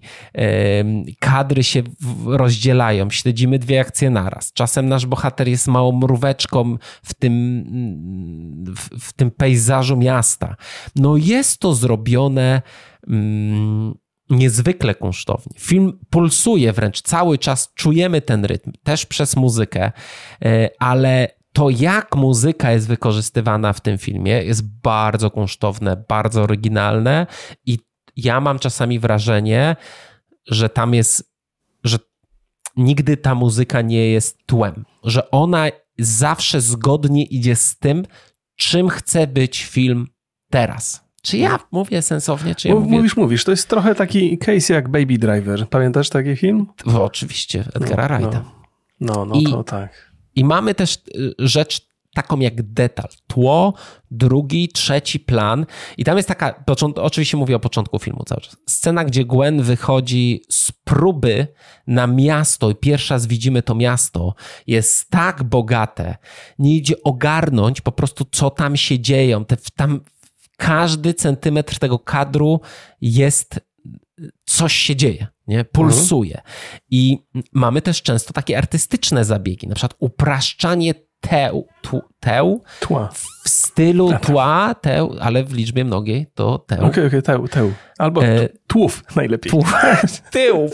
Kadry się rozdzielają, śledzimy dwie akcje naraz. Czasem nasz bohater jest małą mróweczką w tym, w, w tym pejzażu miasta. No jest to zrobione mm, niezwykle kunsztownie. Film pulsuje wręcz cały czas, czujemy ten rytm, też przez muzykę, ale to, jak muzyka jest wykorzystywana w tym filmie, jest bardzo kunsztowne, bardzo oryginalne i ja mam czasami wrażenie, że tam jest, że nigdy ta muzyka nie jest tłem, że ona zawsze zgodnie idzie z tym, czym chce być film teraz. Czy ja mówię sensownie, czy ja mówię... Mówisz, mówisz. To jest trochę taki case jak Baby Driver. Pamiętasz taki film? No, oczywiście, Edgara no, Wrighta. No, no, no I, to tak. I mamy też rzecz taką jak detal. Tło, drugi, trzeci plan. I tam jest taka, oczywiście mówię o początku filmu cały czas, scena, gdzie Gwen wychodzi z próby na miasto i pierwszy raz widzimy to miasto. Jest tak bogate. Nie idzie ogarnąć po prostu, co tam się dzieje. Te, tam każdy centymetr tego kadru jest, coś się dzieje, nie? Pulsuje. Mhm. I mamy też często takie artystyczne zabiegi, na przykład upraszczanie teł, tu, teł tła. W stylu Tata. tła, teł, ale w liczbie mnogiej to teł. Okej, okay, okay, teł, teł. Albo e, tłów najlepiej. Tłów. Tyłów.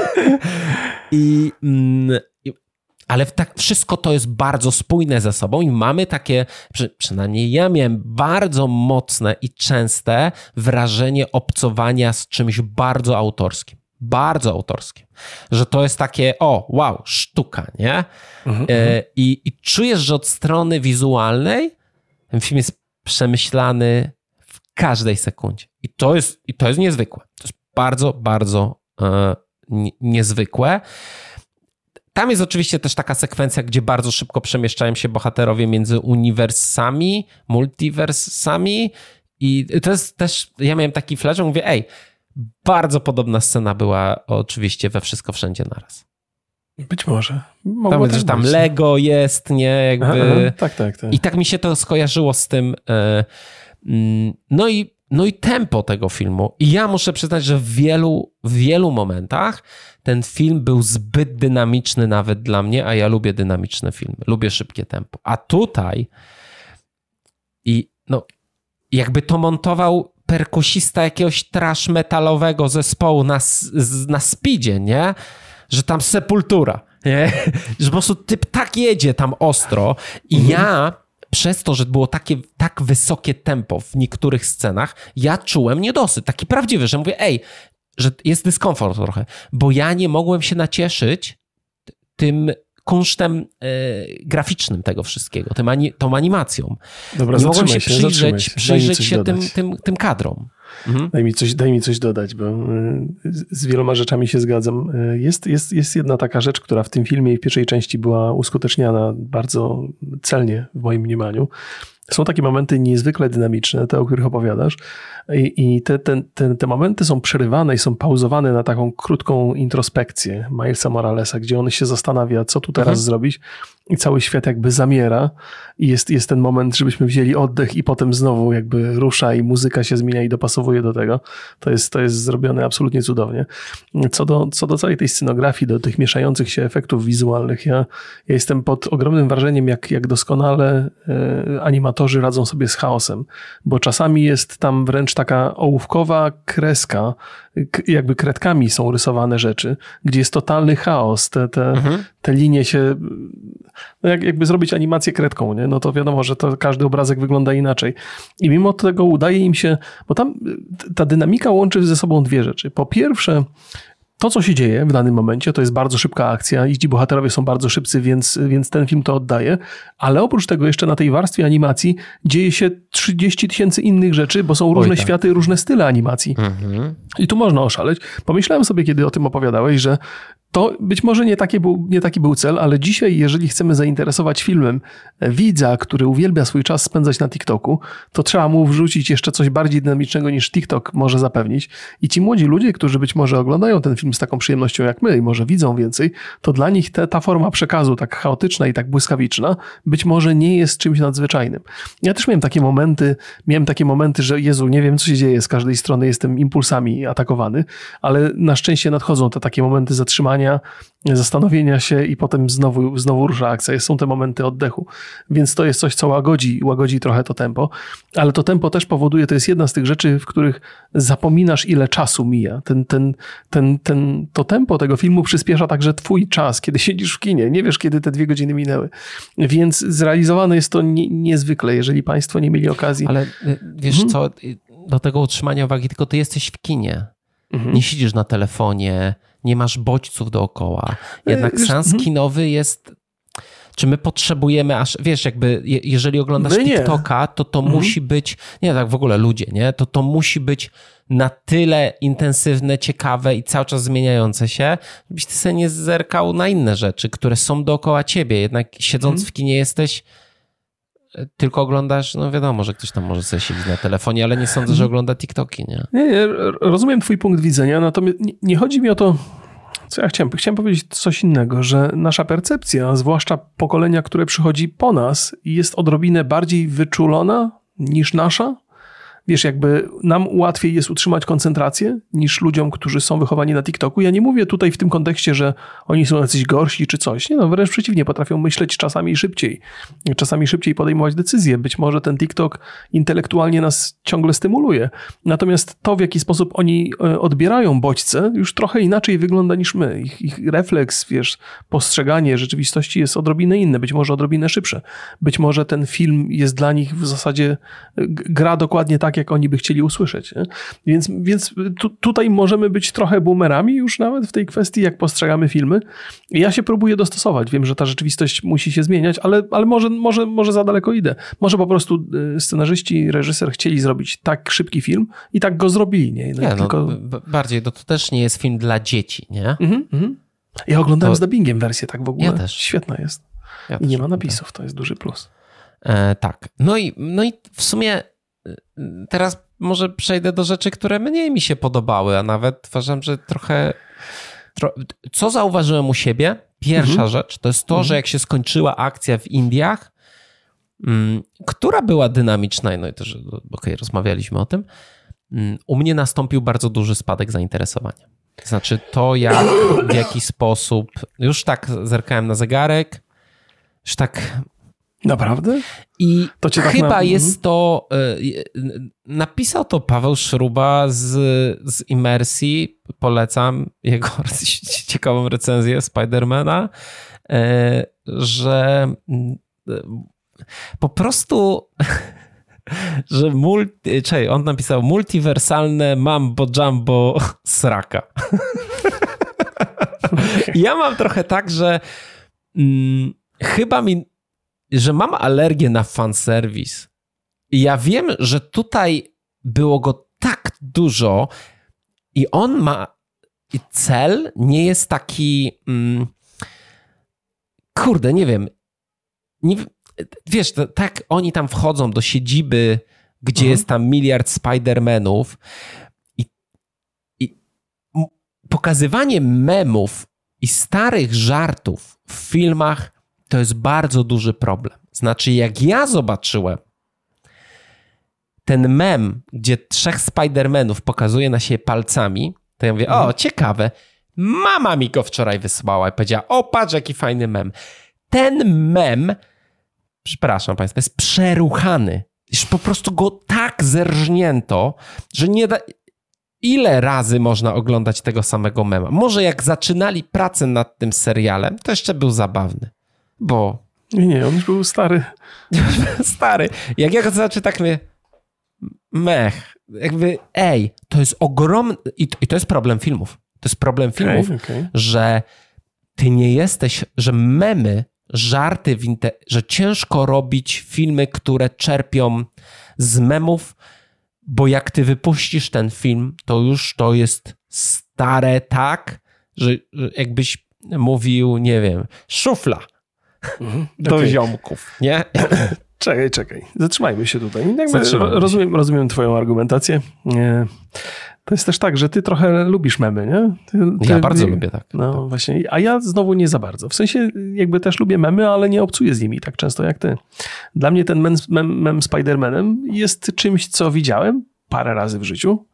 I... Mm, ale tak wszystko to jest bardzo spójne ze sobą i mamy takie, przy, przynajmniej ja miałem bardzo mocne i częste wrażenie obcowania z czymś bardzo autorskim. Bardzo autorskim. Że to jest takie, o, wow, sztuka, nie? Mhm, e, i, I czujesz, że od strony wizualnej ten film jest przemyślany w każdej sekundzie. I to jest, i to jest niezwykłe. To jest bardzo, bardzo e, niezwykłe. Tam jest oczywiście też taka sekwencja, gdzie bardzo szybko przemieszczają się bohaterowie między uniwersami, multiversami i to jest też, ja miałem taki flash, że mówię, ej, bardzo podobna scena była oczywiście we Wszystko Wszędzie Naraz. Być może. Mogło tam, tak że tam być. Lego jest, nie, jakby. Aha, aha, tak, tak, tak. I tak mi się to skojarzyło z tym. No i, no i tempo tego filmu. I ja muszę przyznać, że w wielu, w wielu momentach ten film był zbyt dynamiczny nawet dla mnie, a ja lubię dynamiczne filmy. Lubię szybkie tempo. A tutaj i no jakby to montował perkusista jakiegoś trash metalowego zespołu na, na speedzie, nie? Że tam Sepultura, nie? Że po prostu typ tak jedzie tam ostro i mhm. ja przez to, że było takie tak wysokie tempo w niektórych scenach, ja czułem niedosyt, taki prawdziwy, że mówię, ej, że jest dyskomfort trochę, bo ja nie mogłem się nacieszyć tym kunsztem e, graficznym tego wszystkiego, tym ani, tą animacją. Dobra, nie mogłem się, się przyjrzeć, się, przyjrzeć się tym, tym, tym kadrom. Mhm. Daj mi coś, daj mi coś dodać, bo z wieloma rzeczami się zgadzam. Jest, jest, jest jedna taka rzecz, która w tym filmie i w pierwszej części była uskuteczniana bardzo celnie w moim mniemaniu. Są takie momenty niezwykle dynamiczne, te, o których opowiadasz, i, i te, te, te, te momenty są przerywane i są pauzowane na taką krótką introspekcję Milesa Moralesa, gdzie on się zastanawia, co tu teraz mhm. zrobić, i cały świat jakby zamiera i jest, jest ten moment, żebyśmy wzięli oddech i potem znowu jakby rusza i muzyka się zmienia i dopasowuje do tego. To jest, to jest zrobione absolutnie cudownie. Co do, co do całej tej scenografii, do tych mieszających się efektów wizualnych, ja, ja jestem pod ogromnym wrażeniem, jak, jak doskonale e, animatorzy radzą sobie z chaosem, bo czasami jest tam wręcz taka ołówkowa kreska, k, jakby kredkami są rysowane rzeczy, gdzie jest totalny chaos. Te, te, mhm. te linie się... No jak, jakby zrobić animację kredką, nie? No to wiadomo, że to każdy obrazek wygląda inaczej. I mimo tego udaje im się, bo tam ta dynamika łączy ze sobą dwie rzeczy. Po pierwsze, to, co się dzieje w danym momencie, to jest bardzo szybka akcja i ci bohaterowie są bardzo szybcy, więc, więc ten film to oddaje, ale oprócz tego jeszcze na tej warstwie animacji dzieje się trzydzieści tysięcy innych rzeczy, bo są różne Oj, tak. światy, różne style animacji. Mhm. I tu można oszaleć. Pomyślałem sobie, kiedy o tym opowiadałeś, że to być może nie taki, był, nie taki był cel, ale dzisiaj, jeżeli chcemy zainteresować filmem widza, który uwielbia swój czas spędzać na TikToku, to trzeba mu wrzucić jeszcze coś bardziej dynamicznego niż TikTok może zapewnić. I ci młodzi ludzie, którzy być może oglądają ten film z taką przyjemnością jak my i może widzą więcej, to dla nich te, ta forma przekazu tak chaotyczna i tak błyskawiczna być może nie jest czymś nadzwyczajnym. Ja też miałem takie momenty, miałem takie momenty, że Jezu, nie wiem co się dzieje, z każdej strony jestem impulsami atakowany, ale na szczęście nadchodzą te takie momenty zatrzymania, zastanowienia się i potem znowu, znowu rusza akcja. Są te momenty oddechu. Więc to jest coś, co łagodzi, łagodzi trochę to tempo. Ale to tempo też powoduje, to jest jedna z tych rzeczy, w których zapominasz, ile czasu mija. Ten, ten, ten, ten, to tempo tego filmu przyspiesza także twój czas, kiedy siedzisz w kinie. Nie wiesz, kiedy te dwie godziny minęły. Więc zrealizowane jest to nie, niezwykle, jeżeli państwo nie mieli okazji. Ale wiesz mhm. co, do tego utrzymania uwagi, tylko ty jesteś w kinie. Mhm. Nie siedzisz na telefonie, nie masz bodźców dookoła. Jednak wiesz, seans kinowy jest... Czy my potrzebujemy aż... Wiesz, jakby jeżeli oglądasz no TikToka, to to mhm. musi być... Nie, tak w ogóle ludzie, nie? To to musi być na tyle intensywne, ciekawe i cały czas zmieniające się, żebyś ty sobie nie zerkał na inne rzeczy, które są dookoła ciebie. Jednak siedząc mhm. w kinie jesteś... Tylko oglądasz, no wiadomo, że ktoś tam może sobie siedzieć na telefonie, ale nie sądzę, że ogląda TikToki, nie? Nie, nie, rozumiem twój punkt widzenia, natomiast nie, nie chodzi mi o to, co ja chciałem. Chciałem powiedzieć coś innego, że nasza percepcja, zwłaszcza pokolenia, które przychodzi po nas, jest odrobinę bardziej wyczulona niż nasza. Wiesz, jakby nam łatwiej jest utrzymać koncentrację niż ludziom, którzy są wychowani na TikToku. Ja nie mówię tutaj w tym kontekście, że oni są jacyś gorsi czy coś. Nie, no wręcz przeciwnie, potrafią myśleć czasami szybciej. Czasami szybciej podejmować decyzje. Być może ten TikTok intelektualnie nas ciągle stymuluje. Natomiast to, w jaki sposób oni odbierają bodźce, już trochę inaczej wygląda niż my. Ich, ich refleks, wiesz, postrzeganie rzeczywistości jest odrobinę inne, być może odrobinę szybsze. Być może ten film jest dla nich w zasadzie gra dokładnie tak, jak oni by chcieli usłyszeć. Nie? Więc, więc tu, tutaj możemy być trochę boomerami już nawet w tej kwestii, jak postrzegamy filmy. Ja się próbuję dostosować. Wiem, że ta rzeczywistość musi się zmieniać, ale, ale może, może, może za daleko idę. Może po prostu scenarzyści, reżyser chcieli zrobić tak szybki film i tak go zrobili. Nie, no, nie tylko... no, bardziej, to, to też nie jest film dla dzieci, nie? Mhm, mhm. Ja oglądałem to... z dubbingiem wersję tak w ogóle. Ja też. Świetna jest. Ja I nie ma napisów, to jest duży plus. E, tak. No i, no i w sumie teraz może przejdę do rzeczy, które mniej mi się podobały, a nawet uważam, że trochę... Tro... Co zauważyłem u siebie? Pierwsza mhm. rzecz to jest to, mhm. że jak się skończyła akcja w Indiach, m, która była dynamiczna, no i też, okej, okay, rozmawialiśmy o tym, m, u mnie nastąpił bardzo duży spadek zainteresowania. Znaczy to, jak, w jaki sposób... Już tak zerkałem na zegarek, już tak... Naprawdę? I to cię chyba tak na... jest to, napisał to Paweł Szruba z, z Imersji, polecam jego ciekawą recenzję Spidermana, że po prostu że multi... Czekaj, on napisał multiwersalne mambo jumbo sraka. Ja mam trochę tak, że mm, chyba mi, że mam alergię na fanserwis. I ja wiem, że tutaj było go tak dużo i on ma i cel nie jest taki mm, kurde, nie wiem nie, wiesz, to, tak oni tam wchodzą do siedziby, gdzie mhm. jest tam miliard Spider-Manów i, i pokazywanie memów i starych żartów w filmach to jest bardzo duży problem. Znaczy, jak ja zobaczyłem ten mem, gdzie trzech Spider-Manów pokazuje na siebie palcami, to ja mówię, mhm. o, ciekawe, mama mi go wczoraj wysłała i powiedziała, o, patrz, jaki fajny mem. Ten mem, przepraszam państwa, jest przeruchany. Już po prostu go tak zerżnięto, że nie da... Ile razy można oglądać tego samego mema? Może jak zaczynali pracę nad tym serialem, to jeszcze był zabawny, bo... Nie, nie, on już był stary. Stary. Jak ja go zobaczę, tak mówię, mech, jakby, ej, to jest ogromny... I to, i to jest problem filmów. To jest problem filmów, okay, okay. że ty nie jesteś, że memy, żarty, w inter... że ciężko robić filmy, które czerpią z memów, bo jak ty wypuścisz ten film, to już to jest stare tak, że, że jakbyś mówił, nie wiem, szufla mhm, do okay. ziomków, nie? Czekaj, czekaj. Zatrzymajmy się tutaj. Zatrzymajmy rozumiem, się. rozumiem twoją argumentację. Nie. To jest też tak, że ty trochę lubisz memy, nie? Ty, ty, ja bardzo ty, lubię, tak. No tak. właśnie, a ja znowu nie za bardzo. W sensie jakby też lubię memy, ale nie obcuję z nimi tak często jak ty. Dla mnie ten mem, mem, mem Spider-Manem jest czymś, co widziałem parę razy w życiu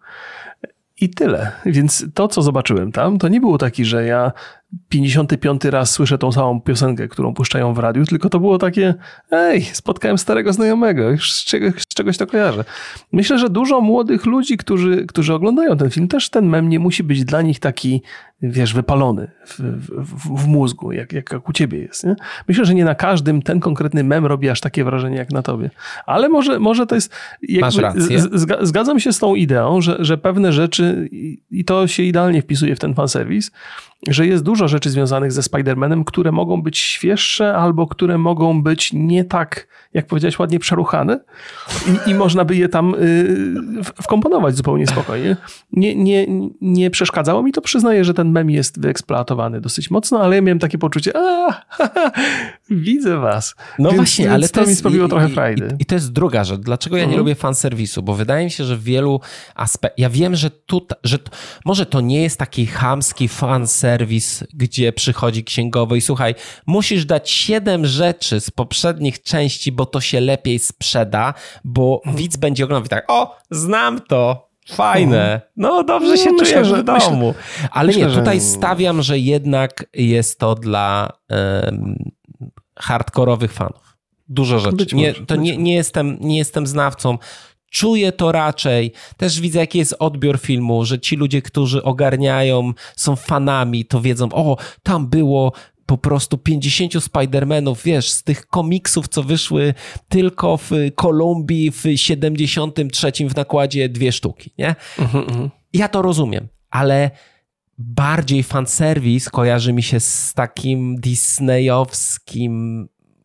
i tyle. Więc to, co zobaczyłem tam, to nie było taki, że ja pięćdziesiąty piąty raz słyszę tą samą piosenkę, którą puszczają w radiu, tylko to było takie, ej, spotkałem starego znajomego, już z czegoś, z czegoś to kojarzę. Myślę, że dużo młodych ludzi, którzy, którzy oglądają ten film, też ten mem nie musi być dla nich taki, wiesz, wypalony w, w, w mózgu, jak, jak u ciebie jest. Nie? Myślę, że nie na każdym ten konkretny mem robi aż takie wrażenie, jak na tobie. Ale może, może to jest... Jakby, Masz rację. Z, zgadzam się z tą ideą, że, że pewne rzeczy, i, i to się idealnie wpisuje w ten fanserwis, że jest dużo rzeczy związanych ze Spider-Manem, które mogą być świeższe albo które mogą być nie tak, jak powiedziałeś, ładnie przeruchane i, i można by je tam y, wkomponować zupełnie spokojnie. Nie, nie, nie przeszkadzało mi to, przyznaję, że ten mem jest wyeksploatowany dosyć mocno, ale ja miałem takie poczucie, a haha, widzę was. No więc, właśnie, więc ale to, to mi sprawiło i, trochę frajdy. I, I to jest druga rzecz. Dlaczego ja nie mhm. lubię fanserwisu? Bo wydaje mi się, że w wielu aspektach, ja wiem, że tu, że t... może to nie jest taki chamski fanserwis, serwis, gdzie przychodzi księgowy i słuchaj, musisz dać siedem rzeczy z poprzednich części, bo to się lepiej sprzeda, bo hmm. widz będzie oglądał i tak, o, znam to, fajne, no dobrze się no, myślę, czujesz że, w domu. Myślę, Ale myślę, nie, tutaj że... stawiam, że jednak jest to dla um, hardkorowych fanów. Dużo rzeczy. Być nie, może, to nie, nie, jestem, nie jestem znawcą. Czuję to raczej. Też widzę, jaki jest odbiór filmu, że ci ludzie, którzy ogarniają, są fanami, to wiedzą, o, tam było po prostu pięćdziesięciu Spider-Manów, wiesz, z tych komiksów, co wyszły tylko w Kolumbii w siedemdziesiątym trzecim w nakładzie dwie sztuki, nie? Uh-huh. Ja to rozumiem, ale bardziej fanserwis kojarzy mi się z takim disneyowskim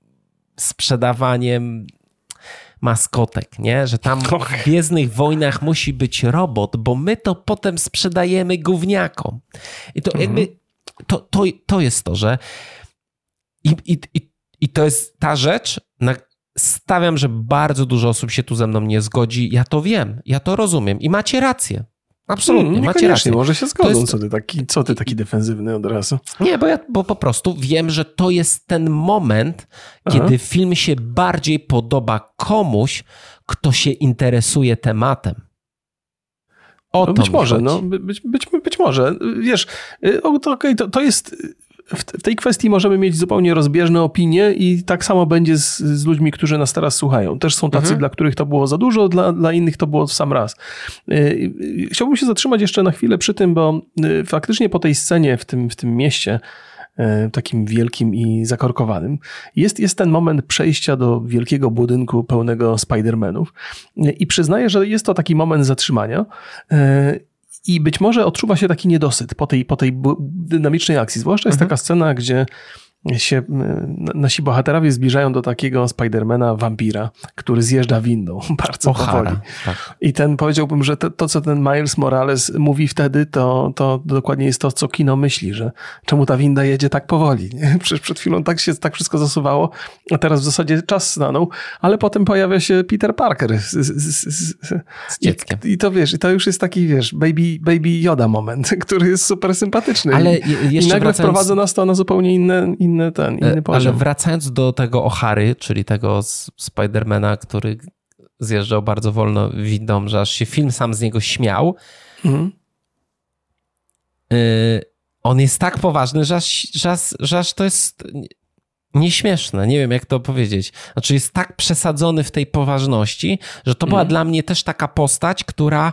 sprzedawaniem maskotek, nie? Że tam w Gwiezdnych Wojnach musi być robot, bo my to potem sprzedajemy gówniakom. I to mhm. jakby to, to, to jest to, że i, i, i, i to jest ta rzecz, na, stawiam, że bardzo dużo osób się tu ze mną nie zgodzi. Ja to wiem, ja to rozumiem i macie rację. Absolutnie, hmm, macie rację. Może się zgodzą, jest... co, ty taki, co ty taki defensywny od razu. Nie, bo ja bo po prostu wiem, że to jest ten moment, Aha. kiedy film się bardziej podoba komuś, kto się interesuje tematem. O no to być może, no, być, być, być może. Wiesz, to, okay, to, to jest... W tej kwestii możemy mieć zupełnie rozbieżne opinie i tak samo będzie z, z ludźmi, którzy nas teraz słuchają. Też są tacy, mhm. dla których to było za dużo, dla, dla innych to było w sam raz. Chciałbym się zatrzymać jeszcze na chwilę przy tym, bo faktycznie po tej scenie w tym, w tym mieście takim wielkim i zakorkowanym. Jest, jest ten moment przejścia do wielkiego budynku pełnego Spider-Manów i przyznaję, że jest to taki moment zatrzymania i być może odczuwa się taki niedosyt po tej, po tej dynamicznej akcji. Zwłaszcza jest mhm. taka scena, gdzie się nasi bohaterowie zbliżają do takiego Spidermana wampira, który zjeżdża windą bardzo O'Hara, powoli. Tak. I ten powiedziałbym, że to, to, co ten Miles Morales mówi wtedy, to, to dokładnie jest to, co kino myśli, że czemu ta winda jedzie tak powoli. Nie? Przecież przed chwilą tak się tak wszystko zasuwało, a teraz w zasadzie czas stanął, ale potem pojawia się Peter Parker z, z, z, z dzieckiem. I, I to wiesz, i to już jest taki, wiesz, baby, baby Yoda moment, który jest super sympatyczny. Ale I, jeszcze i nagle wracając... wprowadza nas to na zupełnie inne, inny ten, inny poziom. Ale wracając do tego O'Hary, czyli tego Spidermana, który zjeżdżał bardzo wolno windą, że aż się film sam z niego śmiał. Mhm. Y- on jest tak poważny, że aż, że, aż, że aż to jest nieśmieszne. Nie wiem, jak to powiedzieć. Znaczy jest tak przesadzony w tej poważności, że to była mhm. dla mnie też taka postać, która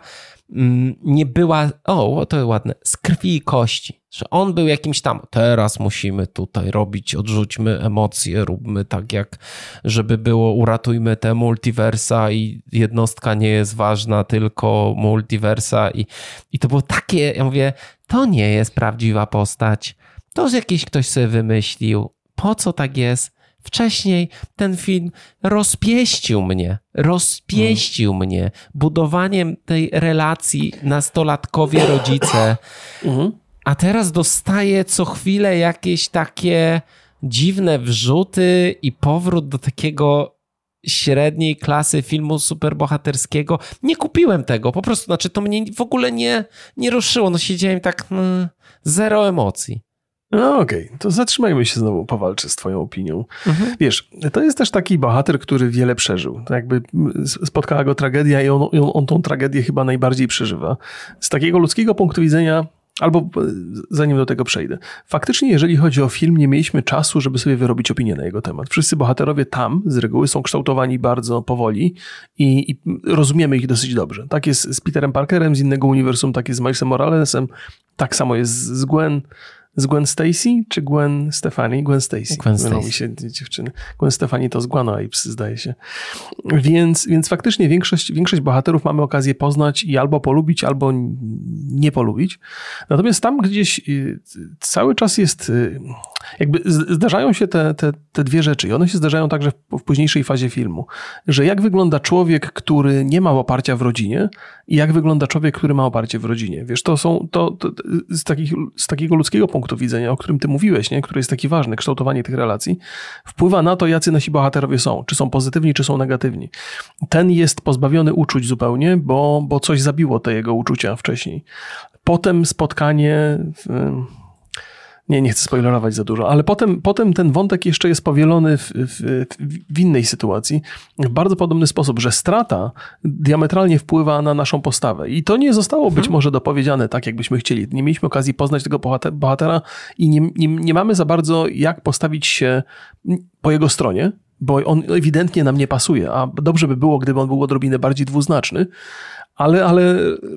nie była, o, to ładne, z krwi i kości, że on był jakimś tam, teraz musimy tutaj robić, odrzućmy emocje, róbmy tak jak, żeby było, uratujmy te multiversa i jednostka nie jest ważna, tylko multiversa i, i to było takie, ja mówię, to nie jest prawdziwa postać, to z jakiś ktoś sobie wymyślił, po co tak jest? Wcześniej ten film rozpieścił mnie, rozpieścił mm. mnie budowaniem tej relacji nastolatkowie-rodzice, mm. a teraz dostaję co chwilę jakieś takie dziwne wrzuty i powrót do takiego średniej klasy filmu superbohaterskiego. Nie kupiłem tego, po prostu, znaczy to mnie w ogóle nie, nie ruszyło, no siedziałem tak, mm, zero emocji. No okej, okay. To zatrzymajmy się znowu, powalczę z twoją opinią. Mhm. Wiesz, to jest też taki bohater, który wiele przeżył. To jakby spotkała go tragedia i on, on tą tragedię chyba najbardziej przeżywa. Z takiego ludzkiego punktu widzenia, albo zanim do tego przejdę, faktycznie jeżeli chodzi o film, nie mieliśmy czasu, żeby sobie wyrobić opinię na jego temat. Wszyscy bohaterowie tam z reguły są kształtowani bardzo powoli i, i rozumiemy ich dosyć dobrze. Tak jest z Peterem Parkerem z innego uniwersum, tak jest z Milesem Moralesem, tak samo jest z Gwen, Z Gwen Stacy czy Gwen Stefani? Gwen Stacy. Gwen Stacy. Mi się dziewczyny. Gwen Stefani to z Guano Apes, zdaje się. Więc, więc faktycznie większość, większość bohaterów mamy okazję poznać i albo polubić, albo nie polubić. Natomiast tam gdzieś cały czas jest, jakby zdarzają się te, te, te dwie rzeczy i one się zdarzają także w, w późniejszej fazie filmu. Że jak wygląda człowiek, który nie ma oparcia w rodzinie i jak wygląda człowiek, który ma oparcie w rodzinie. Wiesz, to są, to, to z, takich, z takiego ludzkiego punktu punktu widzenia, o którym ty mówiłeś, nie? Który jest taki ważny, kształtowanie tych relacji, wpływa na to, jacy nasi bohaterowie są. Czy są pozytywni, czy są negatywni. Ten jest pozbawiony uczuć zupełnie, bo, bo coś zabiło te jego uczucia wcześniej. Potem spotkanie... W, Nie, nie chcę spoilerować za dużo, ale potem, potem ten wątek jeszcze jest powielony w, w, w innej sytuacji w bardzo podobny sposób, że strata diametralnie wpływa na naszą postawę. I to nie zostało być może dopowiedziane tak, jakbyśmy chcieli. Nie mieliśmy okazji poznać tego bohatera i nie, nie, nie mamy za bardzo jak postawić się po jego stronie, bo on ewidentnie nam nie pasuje, a dobrze by było, gdyby on był odrobinę bardziej dwuznaczny, ale, ale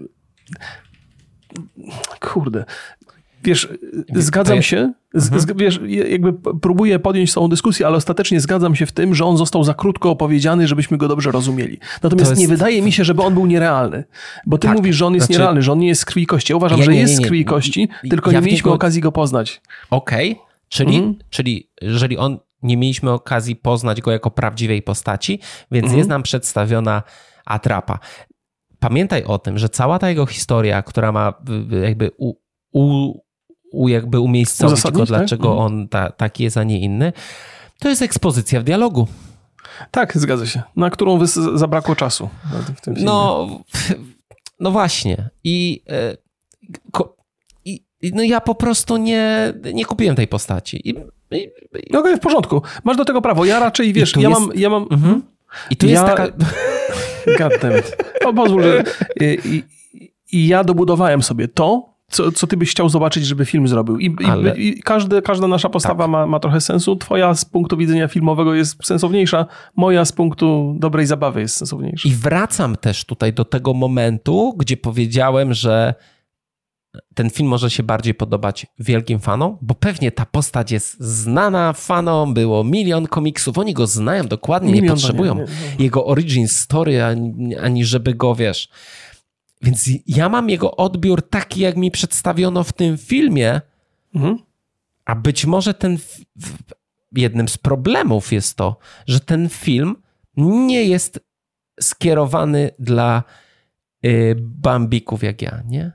kurde... Wiesz, zgadzam się, z, z, wiesz, jakby próbuję podjąć tą dyskusję, ale ostatecznie zgadzam się w tym, że on został za krótko opowiedziany, żebyśmy go dobrze rozumieli. Natomiast jest... nie wydaje mi się, żeby on był nierealny. Bo ty tak, mówisz, że on jest znaczy... nierealny, że on nie jest z krwi i kości. Ja uważam, ja że nie, jest nie, nie. z krwi i kości, tylko ja nie mieliśmy niego... okazji go poznać. Okej, okay. czyli, mhm. czyli jeżeli on nie mieliśmy okazji poznać go jako prawdziwej postaci, więc mhm. jest nam przedstawiona atrapa. Pamiętaj o tym, że cała ta jego historia, która ma jakby u, u U jakby umiejscowić go, dlaczego tak? on ta, taki jest, a nie inny, to jest ekspozycja w dialogu. Tak, zgadza się. Na którą wys- zabrakło czasu w tym filmie. No, no właśnie. I, i no ja po prostu nie, nie kupiłem tej postaci. I, i, i... No okej, okay, w porządku. Masz do tego prawo. Ja raczej, wiesz, ja, jest... mam, ja mam... Mhm. I tu ja... jest taka... Goddammit. O, pozwól, że... I, i, I ja dobudowałem sobie to, Co, co ty byś chciał zobaczyć, żeby film zrobił. I, Ale... i, i każdy, każda nasza postawa tak. ma, ma trochę sensu. Twoja z punktu widzenia filmowego jest sensowniejsza, moja z punktu dobrej zabawy jest sensowniejsza. I wracam też tutaj do tego momentu, gdzie powiedziałem, że ten film może się bardziej podobać wielkim fanom, bo pewnie ta postać jest znana fanom, było milion komiksów, oni go znają dokładnie, milion nie potrzebują nie, nie, nie. jego origin story, ani, ani żeby go, wiesz... Więc ja mam jego odbiór taki, jak mi przedstawiono w tym filmie, mhm. a być może ten... Jednym z problemów jest to, że ten film nie jest skierowany dla y, bambików jak ja, nie?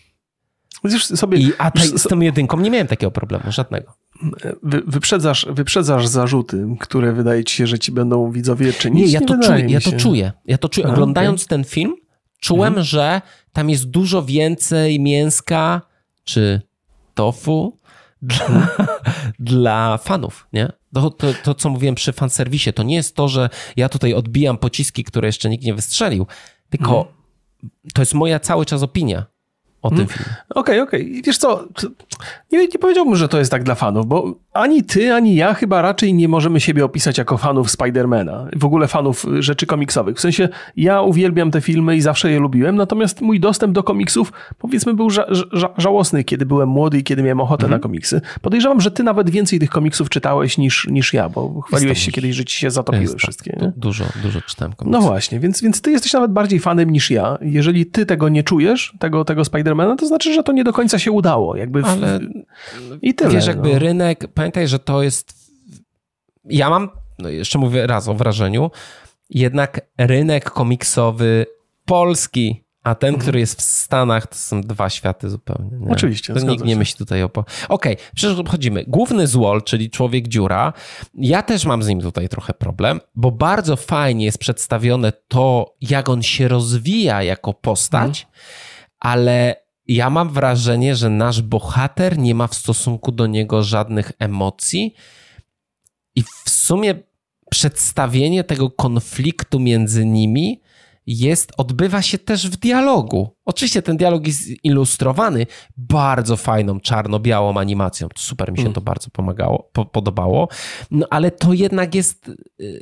Sobie, I, a ta, z tą jedynką nie miałem takiego problemu, żadnego. Wy, wyprzedzasz, wyprzedzasz zarzuty, które wydaje ci się, że ci będą widzowie czynić. Nie, ja to, nie czuję, ja to czuję. Ja to czuję. A, Oglądając okay. ten film, czułem, mhm. że tam jest dużo więcej mięska czy tofu dla, dla fanów, nie? To, to, to, co mówiłem przy fanserwisie, to nie jest to, że ja tutaj odbijam pociski, które jeszcze nikt nie wystrzelił, tylko mhm. to jest moja cały czas opinia o tym filmie. Okej, okay, okej. Okay. Wiesz co, nie, nie powiedziałbym, że to jest tak dla fanów, bo ani ty, ani ja chyba raczej nie możemy siebie opisać jako fanów Spidermana, w ogóle fanów rzeczy komiksowych. W sensie ja uwielbiam te filmy i zawsze je lubiłem, natomiast mój dostęp do komiksów, powiedzmy, był ża- ża- żałosny, kiedy byłem młody i kiedy miałem ochotę mhm. na komiksy. Podejrzewam, że ty nawet więcej tych komiksów czytałeś niż, niż ja, bo chwaliłeś się kiedyś, że ci się zatopiły jest wszystkie. Tak. Dużo, dużo czytałem komiksów. No właśnie, więc, więc ty jesteś nawet bardziej fanem niż ja. Jeżeli ty tego nie czujesz, tego, tego Spidermana, to znaczy, że to nie do końca się udało. Jakby w... Ale i tyle. Wiesz, jakby no. rynek, pamiętaj, że to jest, ja mam, no jeszcze mówię raz o wrażeniu, jednak rynek komiksowy polski, a ten, mhm. który jest w Stanach, to są dwa światy zupełnie. Nie? Oczywiście. To nikt nie myśli tutaj o... Po... Okej, okay, przechodzimy. Główny złol, czyli Człowiek Dziura, ja też mam z nim tutaj trochę problem, bo bardzo fajnie jest przedstawione to, jak on się rozwija jako postać, mhm. ale ja mam wrażenie, że nasz bohater nie ma w stosunku do niego żadnych emocji i w sumie przedstawienie tego konfliktu między nimi jest, odbywa się też w dialogu. Oczywiście ten dialog jest ilustrowany bardzo fajną, czarno-białą animacją. Super mi się mm. to bardzo pomagało, po, podobało. No ale to jednak jest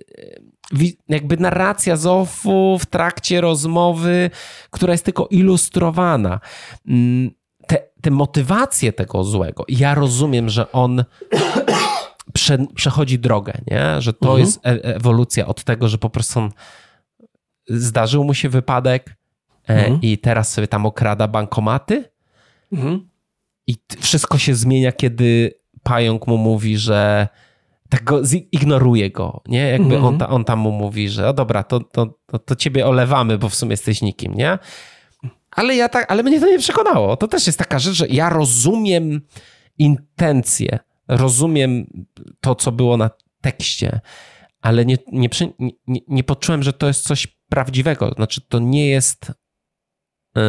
jakby narracja Zofu w trakcie rozmowy, która jest tylko ilustrowana. Te, te motywacje tego złego, ja rozumiem, że on prze, przechodzi drogę, nie? Że to mm-hmm. jest e- ewolucja od tego, że po prostu on zdarzył mu się wypadek mhm. i teraz sobie tam okrada bankomaty mhm. i wszystko się zmienia, kiedy pająk mu mówi, że tak go, ignoruje go, nie? Jakby mhm. on, ta, on tam mu mówi, że o dobra, to, to, to, to ciebie olewamy, bo w sumie jesteś nikim, nie? Ale ja tak, ale mnie to nie przekonało. To też jest taka rzecz, że ja rozumiem intencje, rozumiem to, co było na tekście, ale nie, nie, nie, nie poczułem, że to jest coś prawdziwego. Znaczy, to nie jest... Yy,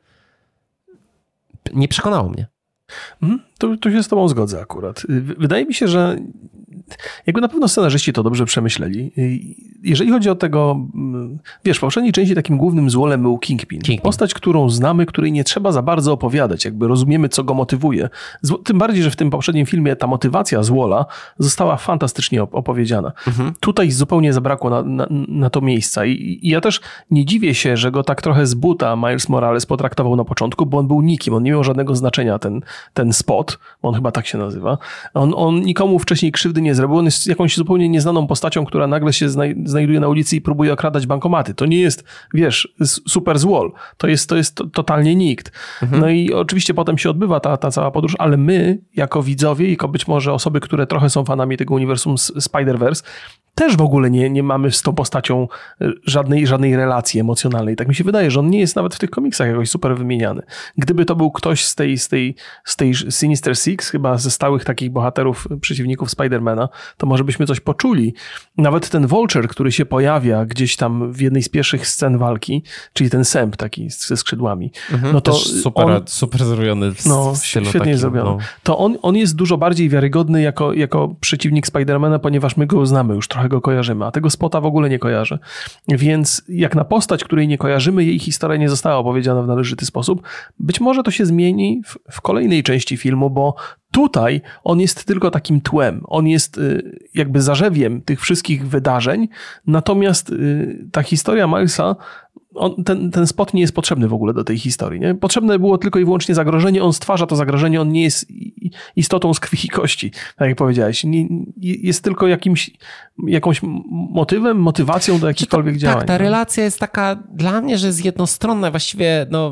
nie przekonało mnie. Mhm, to, to się z tobą zgodzę akurat. Wydaje mi się, że jakby na pewno scenarzyści to dobrze przemyśleli. Jeżeli chodzi o tego, wiesz, w poprzedniej części takim głównym złolem był Kingpin. Kingpin. Postać, którą znamy, której nie trzeba za bardzo opowiadać, jakby rozumiemy, co go motywuje. Tym bardziej, że w tym poprzednim filmie ta motywacja złola została fantastycznie opowiedziana. Mhm. Tutaj zupełnie zabrakło na, na, na to miejsca I, i ja też nie dziwię się, że go tak trochę z buta Miles Morales potraktował na początku, bo on był nikim, on nie miał żadnego znaczenia, ten, ten spot, on chyba tak się nazywa. On, on nikomu wcześniej krzywdy nie zrobił, on jest jakąś zupełnie nieznaną postacią, która nagle się znaj- znajduje na ulicy i próbuje okradać bankomaty. To nie jest, wiesz, super złol. To jest, to jest to, totalnie nikt. Mhm. No i oczywiście potem się odbywa ta, ta cała podróż, ale my, jako widzowie, jako być może osoby, które trochę są fanami tego uniwersum Spider-Verse, też w ogóle nie, nie mamy z tą postacią żadnej, żadnej relacji emocjonalnej. Tak mi się wydaje, że on nie jest nawet w tych komiksach jakoś super wymieniany. Gdyby to był ktoś z tej, z tej, z tej Sinister Six, chyba ze stałych takich bohaterów, przeciwników Spidermana, to może byśmy coś poczuli. Nawet ten Vulture, który się pojawia gdzieś tam w jednej z pierwszych scen walki, czyli ten sęp taki ze skrzydłami. Mhm, no to super, on, super zrobiony w no, stylu świetnie takim, zrobiony. No. To on, on jest dużo bardziej wiarygodny jako, jako przeciwnik Spidermana, ponieważ my go znamy, już trochę go kojarzymy, a tego spota w ogóle nie kojarzę. Więc jak na postać, której nie kojarzymy, jej historia nie została opowiedziana w należyty sposób, być może to się zmieni w, w kolejnej części filmu, bo tutaj on jest tylko takim tłem. On jest y, jakby zarzewiem tych wszystkich wydarzeń, natomiast y, ta historia Milesa on, ten, ten spot nie jest potrzebny w ogóle do tej historii. Nie? Potrzebne było tylko i wyłącznie zagrożenie, on stwarza to zagrożenie, on nie jest istotą z krwi i kości, tak jak powiedziałeś. Nie, jest tylko jakimś, jakąś motywem, motywacją do jakichkolwiek to, działań. Tak, ta no. relacja jest taka dla mnie, że jest jednostronna, właściwie no...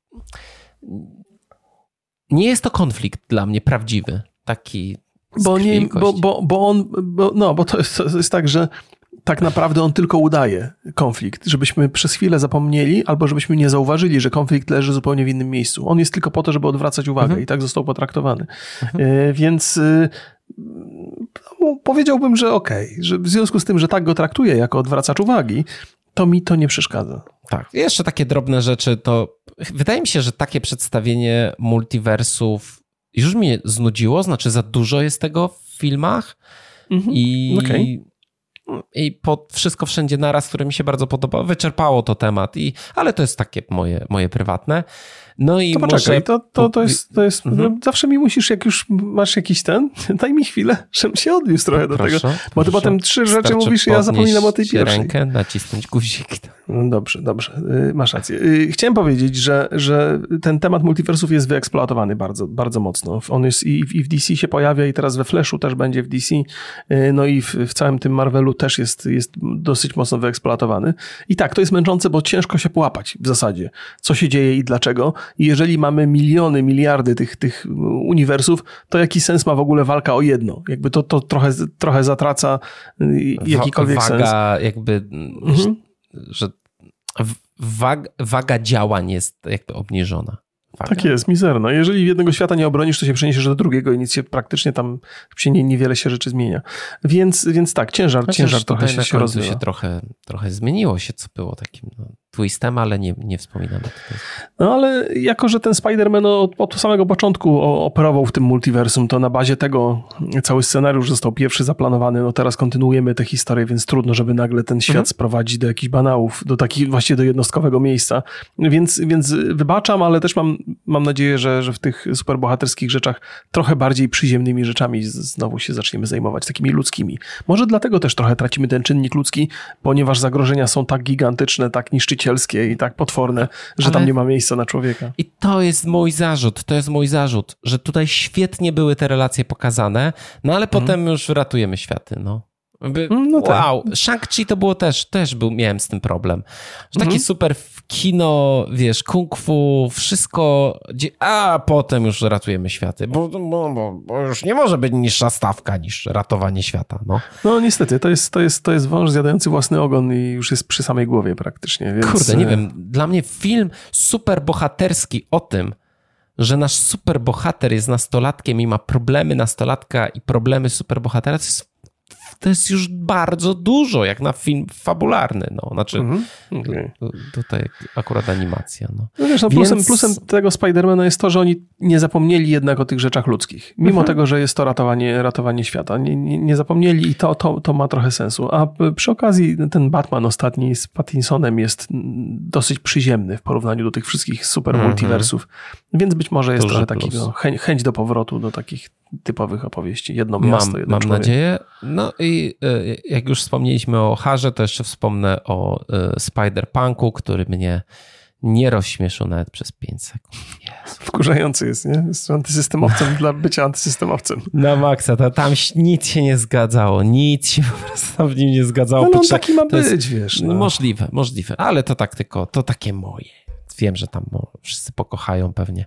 Nie jest to konflikt dla mnie prawdziwy, taki bo nie, bo, bo, bo on, bo, no, bo to jest, to jest tak, że tak naprawdę on tylko udaje konflikt, żebyśmy przez chwilę zapomnieli albo żebyśmy nie zauważyli, że konflikt leży zupełnie w innym miejscu. On jest tylko po to, żeby odwracać uwagę mhm. i tak został potraktowany. Mhm. Y, więc y, no, powiedziałbym, że okej, okay, że w związku z tym, że tak go traktuje jako odwracacz uwagi, to mi to nie przeszkadza. Tak. Jeszcze takie drobne rzeczy, to wydaje mi się, że takie przedstawienie multiversów już mnie znudziło, znaczy za dużo jest tego w filmach mhm. i, okay. i po wszystko wszędzie naraz, które mi się bardzo podobało, wyczerpało to temat, i, ale to jest takie moje, moje prywatne. No i to może... poczekaj, to, to, to jest, to jest mhm. zawsze mi musisz, jak już masz jakiś ten, daj mi chwilę, żebym się odniósł trochę do proszę, tego, bo proszę. ty potem trzy rzeczy mówisz i ja zapominam o tej pierwszej. Rękę, nacisnąć guzik. No dobrze, dobrze, masz rację. Chciałem powiedzieć, że, że ten temat multiversów jest wyeksploatowany bardzo, bardzo mocno. On jest i w, i w D C się pojawia, i teraz we Flashu też będzie w D C, no i w, w całym tym Marvelu też jest, jest dosyć mocno wyeksploatowany. I tak, to jest męczące, bo ciężko się połapać w zasadzie, co się dzieje i dlaczego. I jeżeli mamy miliony, miliardy tych, tych uniwersów, to jaki sens ma w ogóle walka o jedno? Jakby to, to trochę, trochę zatraca jakikolwiek waga, sens. Waga jakby, mhm. że waga, waga działań jest jakby obniżona. Waga. Tak jest, mizerna. Jeżeli jednego świata nie obronisz, to się przeniesiesz do drugiego i nic się praktycznie tam się nie, niewiele się rzeczy zmienia. Więc, więc tak, ciężar, Chociaż ciężar trochę się, się rozwija. się trochę, trochę zmieniło się, co było takim no, twistem, ale nie, nie wspominamy. No ale jako, że ten Spider-Man od, od samego początku operował w tym multiversum, to na bazie tego cały scenariusz został pierwszy zaplanowany, no teraz kontynuujemy tę historię, więc trudno, żeby nagle ten świat mhm. sprowadzić do jakichś banałów, do takich właściwie do jednostkowego miejsca. Więc, więc wybaczam, ale też mam Mam nadzieję, że, że w tych superbohaterskich rzeczach trochę bardziej przyziemnymi rzeczami znowu się zaczniemy zajmować, takimi ludzkimi. Może dlatego też trochę tracimy ten czynnik ludzki, ponieważ zagrożenia są tak gigantyczne, tak niszczycielskie i tak potworne, że Ale... tam nie ma miejsca na człowieka. I to jest mój zarzut, to jest mój zarzut, że tutaj świetnie były te relacje pokazane, no ale mhm. potem już ratujemy światy, no. By, no tak. Wow, Shang-Chi to było też, też był, miałem z tym problem. Że takie mhm. super kino, wiesz, kung fu, wszystko, a potem już ratujemy światy, bo, bo, bo już nie może być niższa stawka niż ratowanie świata. No, no niestety, to jest, to, jest, to jest wąż zjadający własny ogon i już jest przy samej głowie praktycznie. Więc... Kurde, nie wiem, dla mnie film super bohaterski o tym, że nasz superbohater jest nastolatkiem i ma problemy nastolatka i problemy superbohatera, to jest To jest już bardzo dużo, jak na film fabularny. No. Znaczy, mhm. okay. tutaj akurat animacja. No. No wiesz, no plusem, Więc... plusem tego Spidermana jest to, że oni nie zapomnieli jednak o tych rzeczach ludzkich. Mimo mhm. tego, że jest to ratowanie, ratowanie świata. Nie, nie, nie zapomnieli i to, to, to ma trochę sensu. A przy okazji ten Batman ostatni z Pattinsonem jest dosyć przyziemny w porównaniu do tych wszystkich super mhm. multiversów. Więc być może jest Duży trochę plus. takiego chęć, chęć do powrotu do takich typowych opowieści. Jedno miasto, mam, jeden Mam człowiek. nadzieję. No i jak już wspomnieliśmy o Harze, to jeszcze wspomnę o Spider-Punku, który mnie nie rozśmieszył nawet przez pięć sekund. Jezu. Wkurzający jest, nie? Jest antysystemowcem dla bycia antysystemowcem. Na maksa, to, tam nic się nie zgadzało, nic się po prostu tam w nim nie zgadzało. No, no on taki ma być, jest, wiesz. No. Możliwe, możliwe, ale to tak tylko, to takie moje. Wiem, że tam no, wszyscy pokochają pewnie.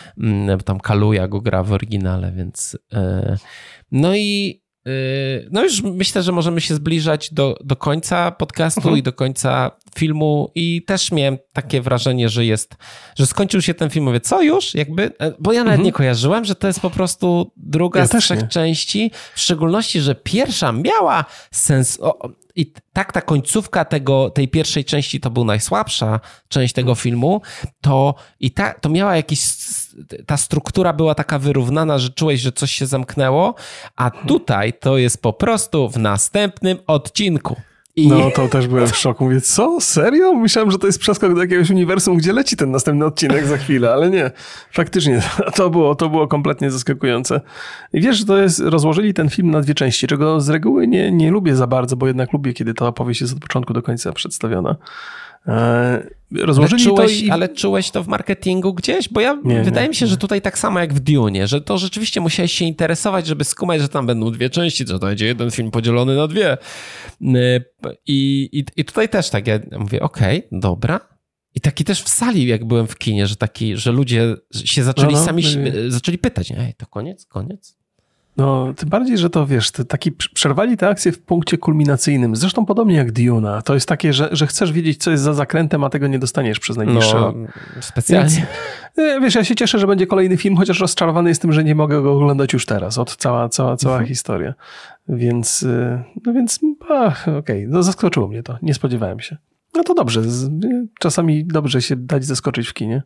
Tam Kaluja go gra w oryginale, więc... Yy. No i yy, no już myślę, że możemy się zbliżać do, do końca podcastu uh-huh. i do końca filmu i też miałem takie wrażenie, że jest, że skończył się ten film, mówię, co już? Jakby, bo ja nawet uh-huh. nie kojarzyłem, że to jest po prostu druga ja z trzech nie. części, w szczególności, że pierwsza miała sens... O, i tak ta końcówka tego, tej pierwszej części to była najsłabsza część tego filmu, to i ta, to miała jakiś, ta struktura była taka wyrównana, że czułeś, że coś się zamknęło, a tutaj to jest po prostu w następnym odcinku. I... No to też byłem w szoku. Mówię, co? Serio? Myślałem, że to jest przeskok do jakiegoś uniwersum, gdzie leci ten następny odcinek za chwilę, ale nie. Faktycznie to było, to było kompletnie zaskakujące. I wiesz, że to jest, rozłożyli ten film na dwie części, czego z reguły nie, nie lubię za bardzo, bo jednak lubię, kiedy ta opowieść jest od początku do końca przedstawiona. Rozłożyli ale czułeś, to i... ale czułeś to w marketingu gdzieś? Bo ja nie, wydaje nie, mi się, nie. że tutaj tak samo jak w Dune, że to rzeczywiście musiałeś się interesować, żeby skumać, że tam będą dwie części, że to będzie jeden film podzielony na dwie. I, i, i tutaj też tak, ja mówię, okej, okay, dobra. I taki też w sali, jak byłem w kinie, że taki, że ludzie się zaczęli no, no, sami, my... zaczęli pytać, ej, to koniec, koniec? No, tym bardziej, że to wiesz, to taki przerwali tę akcję w punkcie kulminacyjnym. Zresztą podobnie jak Duna. To jest takie, że, że chcesz wiedzieć, co jest za zakrętem, a tego nie dostaniesz przez najbliższy no, rok. Specjalnie. Więc, wiesz, ja się cieszę, że będzie kolejny film, chociaż rozczarowany jestem, że nie mogę go oglądać już teraz. Od cała, cała, cała mhm. historia. Więc, no więc, okej, okay. No zaskoczyło mnie to. Nie spodziewałem się. No to dobrze. Czasami dobrze się dać zaskoczyć w kinie.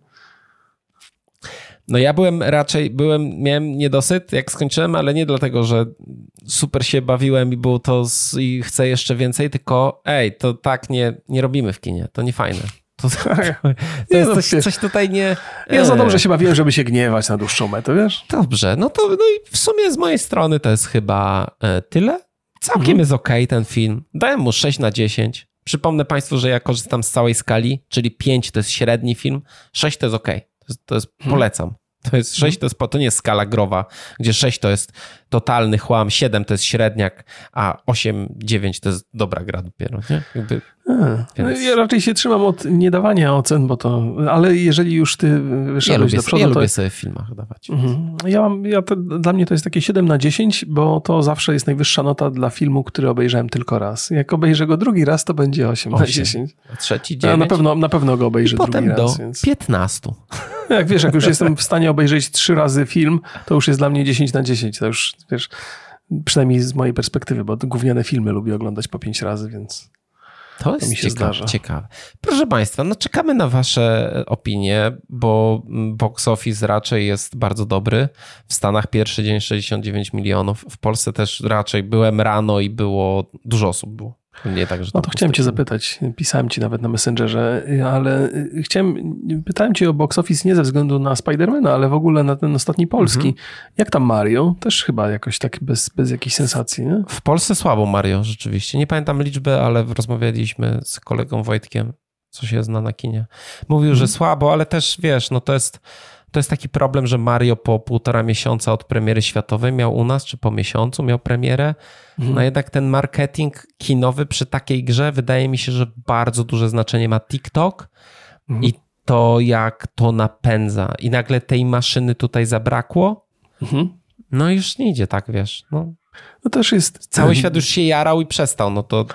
No ja byłem raczej, byłem, miałem niedosyt jak skończyłem, ale nie dlatego, że super się bawiłem i było to z, i chcę jeszcze więcej, tylko ej, to tak nie, nie robimy w kinie, to nie fajne. To, to, to jest coś, coś tutaj nie... Ja za dobrze się bawiłem, żeby się gniewać na dłuższą metę, wiesz? Dobrze, no to no i w sumie z mojej strony to jest chyba e, tyle. Całkiem mhm. jest okej okay ten film. Dałem mu sześć na dziesięć. Przypomnę Państwu, że ja korzystam z całej skali, czyli pięć to jest średni film, sześć to jest okej. Okay. To jest, to jest hmm. polecam. To jest sześć, to, jest, to nie jest skala growa, gdzie sześć to jest totalny chłam, siedem to jest średniak, a osiem, dziewięć to jest dobra gra dopiero. Nie? Jakby, a, więc... Ja raczej się trzymam od niedawania ocen, bo to, ale jeżeli już ty wyszedłeś ja lubię, do przodu, ja to... lubię sobie w filmach dawać. Mhm. Ja mam, ja to, dla mnie to jest takie siedem na dziesięć, bo to zawsze jest najwyższa nota dla filmu, który obejrzałem tylko raz. Jak obejrzę go drugi raz, to będzie osiem na dziesięć. A trzeci, dziewięć. Ja na pewno, na pewno go obejrzę I drugi potem raz. do więc... piętnaście. Jak wiesz, jak już jestem w stanie obejrzeć trzy razy film, to już jest dla mnie dziesięć na dziesięć. To już, wiesz, przynajmniej z mojej perspektywy, bo gówniane filmy lubię oglądać po pięć razy, więc to, jest to mi się ciekawe, zdarza. ciekawe. Proszę Państwa, no czekamy na Wasze opinie, bo box office raczej jest bardzo dobry. W Stanach pierwszy dzień sześćdziesiąt dziewięć milionów. W Polsce też raczej byłem rano i było dużo osób było. Nie tak, że no to chciałem cię zapytać, pisałem ci nawet na Messengerze, ale chciałem, pytałem cię o box office nie ze względu na Spidermana, ale w ogóle na ten ostatni polski. Mhm. Jak tam Mario? Też chyba jakoś tak bez, bez jakiejś sensacji, nie? W Polsce słabo Mario, rzeczywiście. Nie pamiętam liczby, ale rozmawialiśmy z kolegą Wojtkiem, co się zna na kinie. Mówił, mhm. że słabo, ale też wiesz, no to jest... To jest taki problem, że Mario po półtora miesiąca od premiery światowej miał u nas, czy po miesiącu miał premierę. Mhm. No jednak ten marketing kinowy przy takiej grze wydaje mi się, że bardzo duże znaczenie ma TikTok mhm. i to jak to napędza. I nagle tej maszyny tutaj zabrakło. Mhm. No i już nie idzie tak, wiesz. No. No też jest... Cały świat już się jarał i przestał, no to...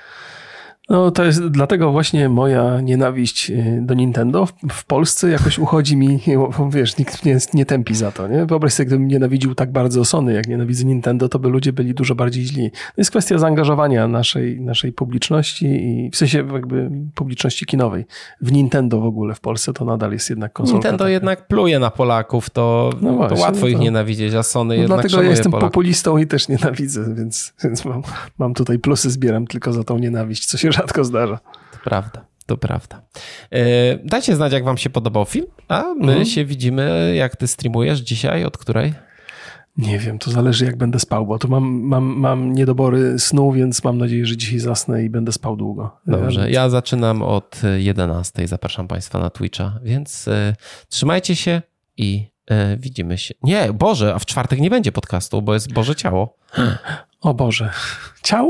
No to jest dlatego właśnie moja nienawiść do Nintendo w, w Polsce jakoś uchodzi mi, wiesz, nikt mnie nie tępi za to, nie? Wyobraź sobie, gdybym nienawidził tak bardzo Sony, jak nienawidzę Nintendo, to by ludzie byli dużo bardziej źli. To jest kwestia zaangażowania naszej, naszej publiczności i w sensie jakby publiczności kinowej. W Nintendo w ogóle w Polsce to nadal jest jednak konsolka. Nintendo taka. jednak pluje na Polaków, to, no właśnie, to łatwo no to... ich nienawidzieć, a Sony no jednak dlatego ja jestem Polaków. populistą i też nienawidzę, więc, więc mam, mam tutaj plusy, zbieram tylko za tą nienawiść, co się rzadko zdarza. To prawda, to prawda. Yy, dajcie znać, jak wam się podobał film, a my mhm. się widzimy, jak ty streamujesz dzisiaj, od której? Nie wiem, to zależy jak będę spał, bo tu mam, mam, mam niedobory snu, więc mam nadzieję, że dzisiaj zasnę i będę spał długo. Dobrze, ja zaczynam od jedenastej, zapraszam Państwa na Twitcha, więc yy, trzymajcie się i yy, widzimy się. Nie, Boże, a w czwartek nie będzie podcastu, bo jest Boże Ciało. O Boże, ciało?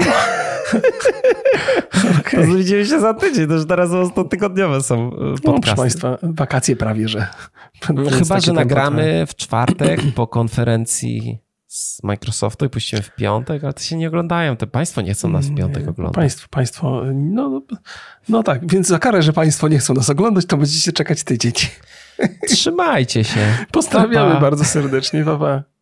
Okay. To widzimy się za tydzień, to już teraz tygodniowe są podcasty. No, proszę Państwa, wakacje prawie, że... No, chyba, że nagramy w czwartek po konferencji z Microsoftu i puścimy w piątek, ale to się nie oglądają. Te państwo nie chcą nas w piątek oglądać. Państwo, państwo no, no tak, więc za karę, że Państwo nie chcą nas oglądać, to będziecie czekać tydzień. Trzymajcie się. Pozdrawiamy pa, pa. bardzo serdecznie. Pa, pa.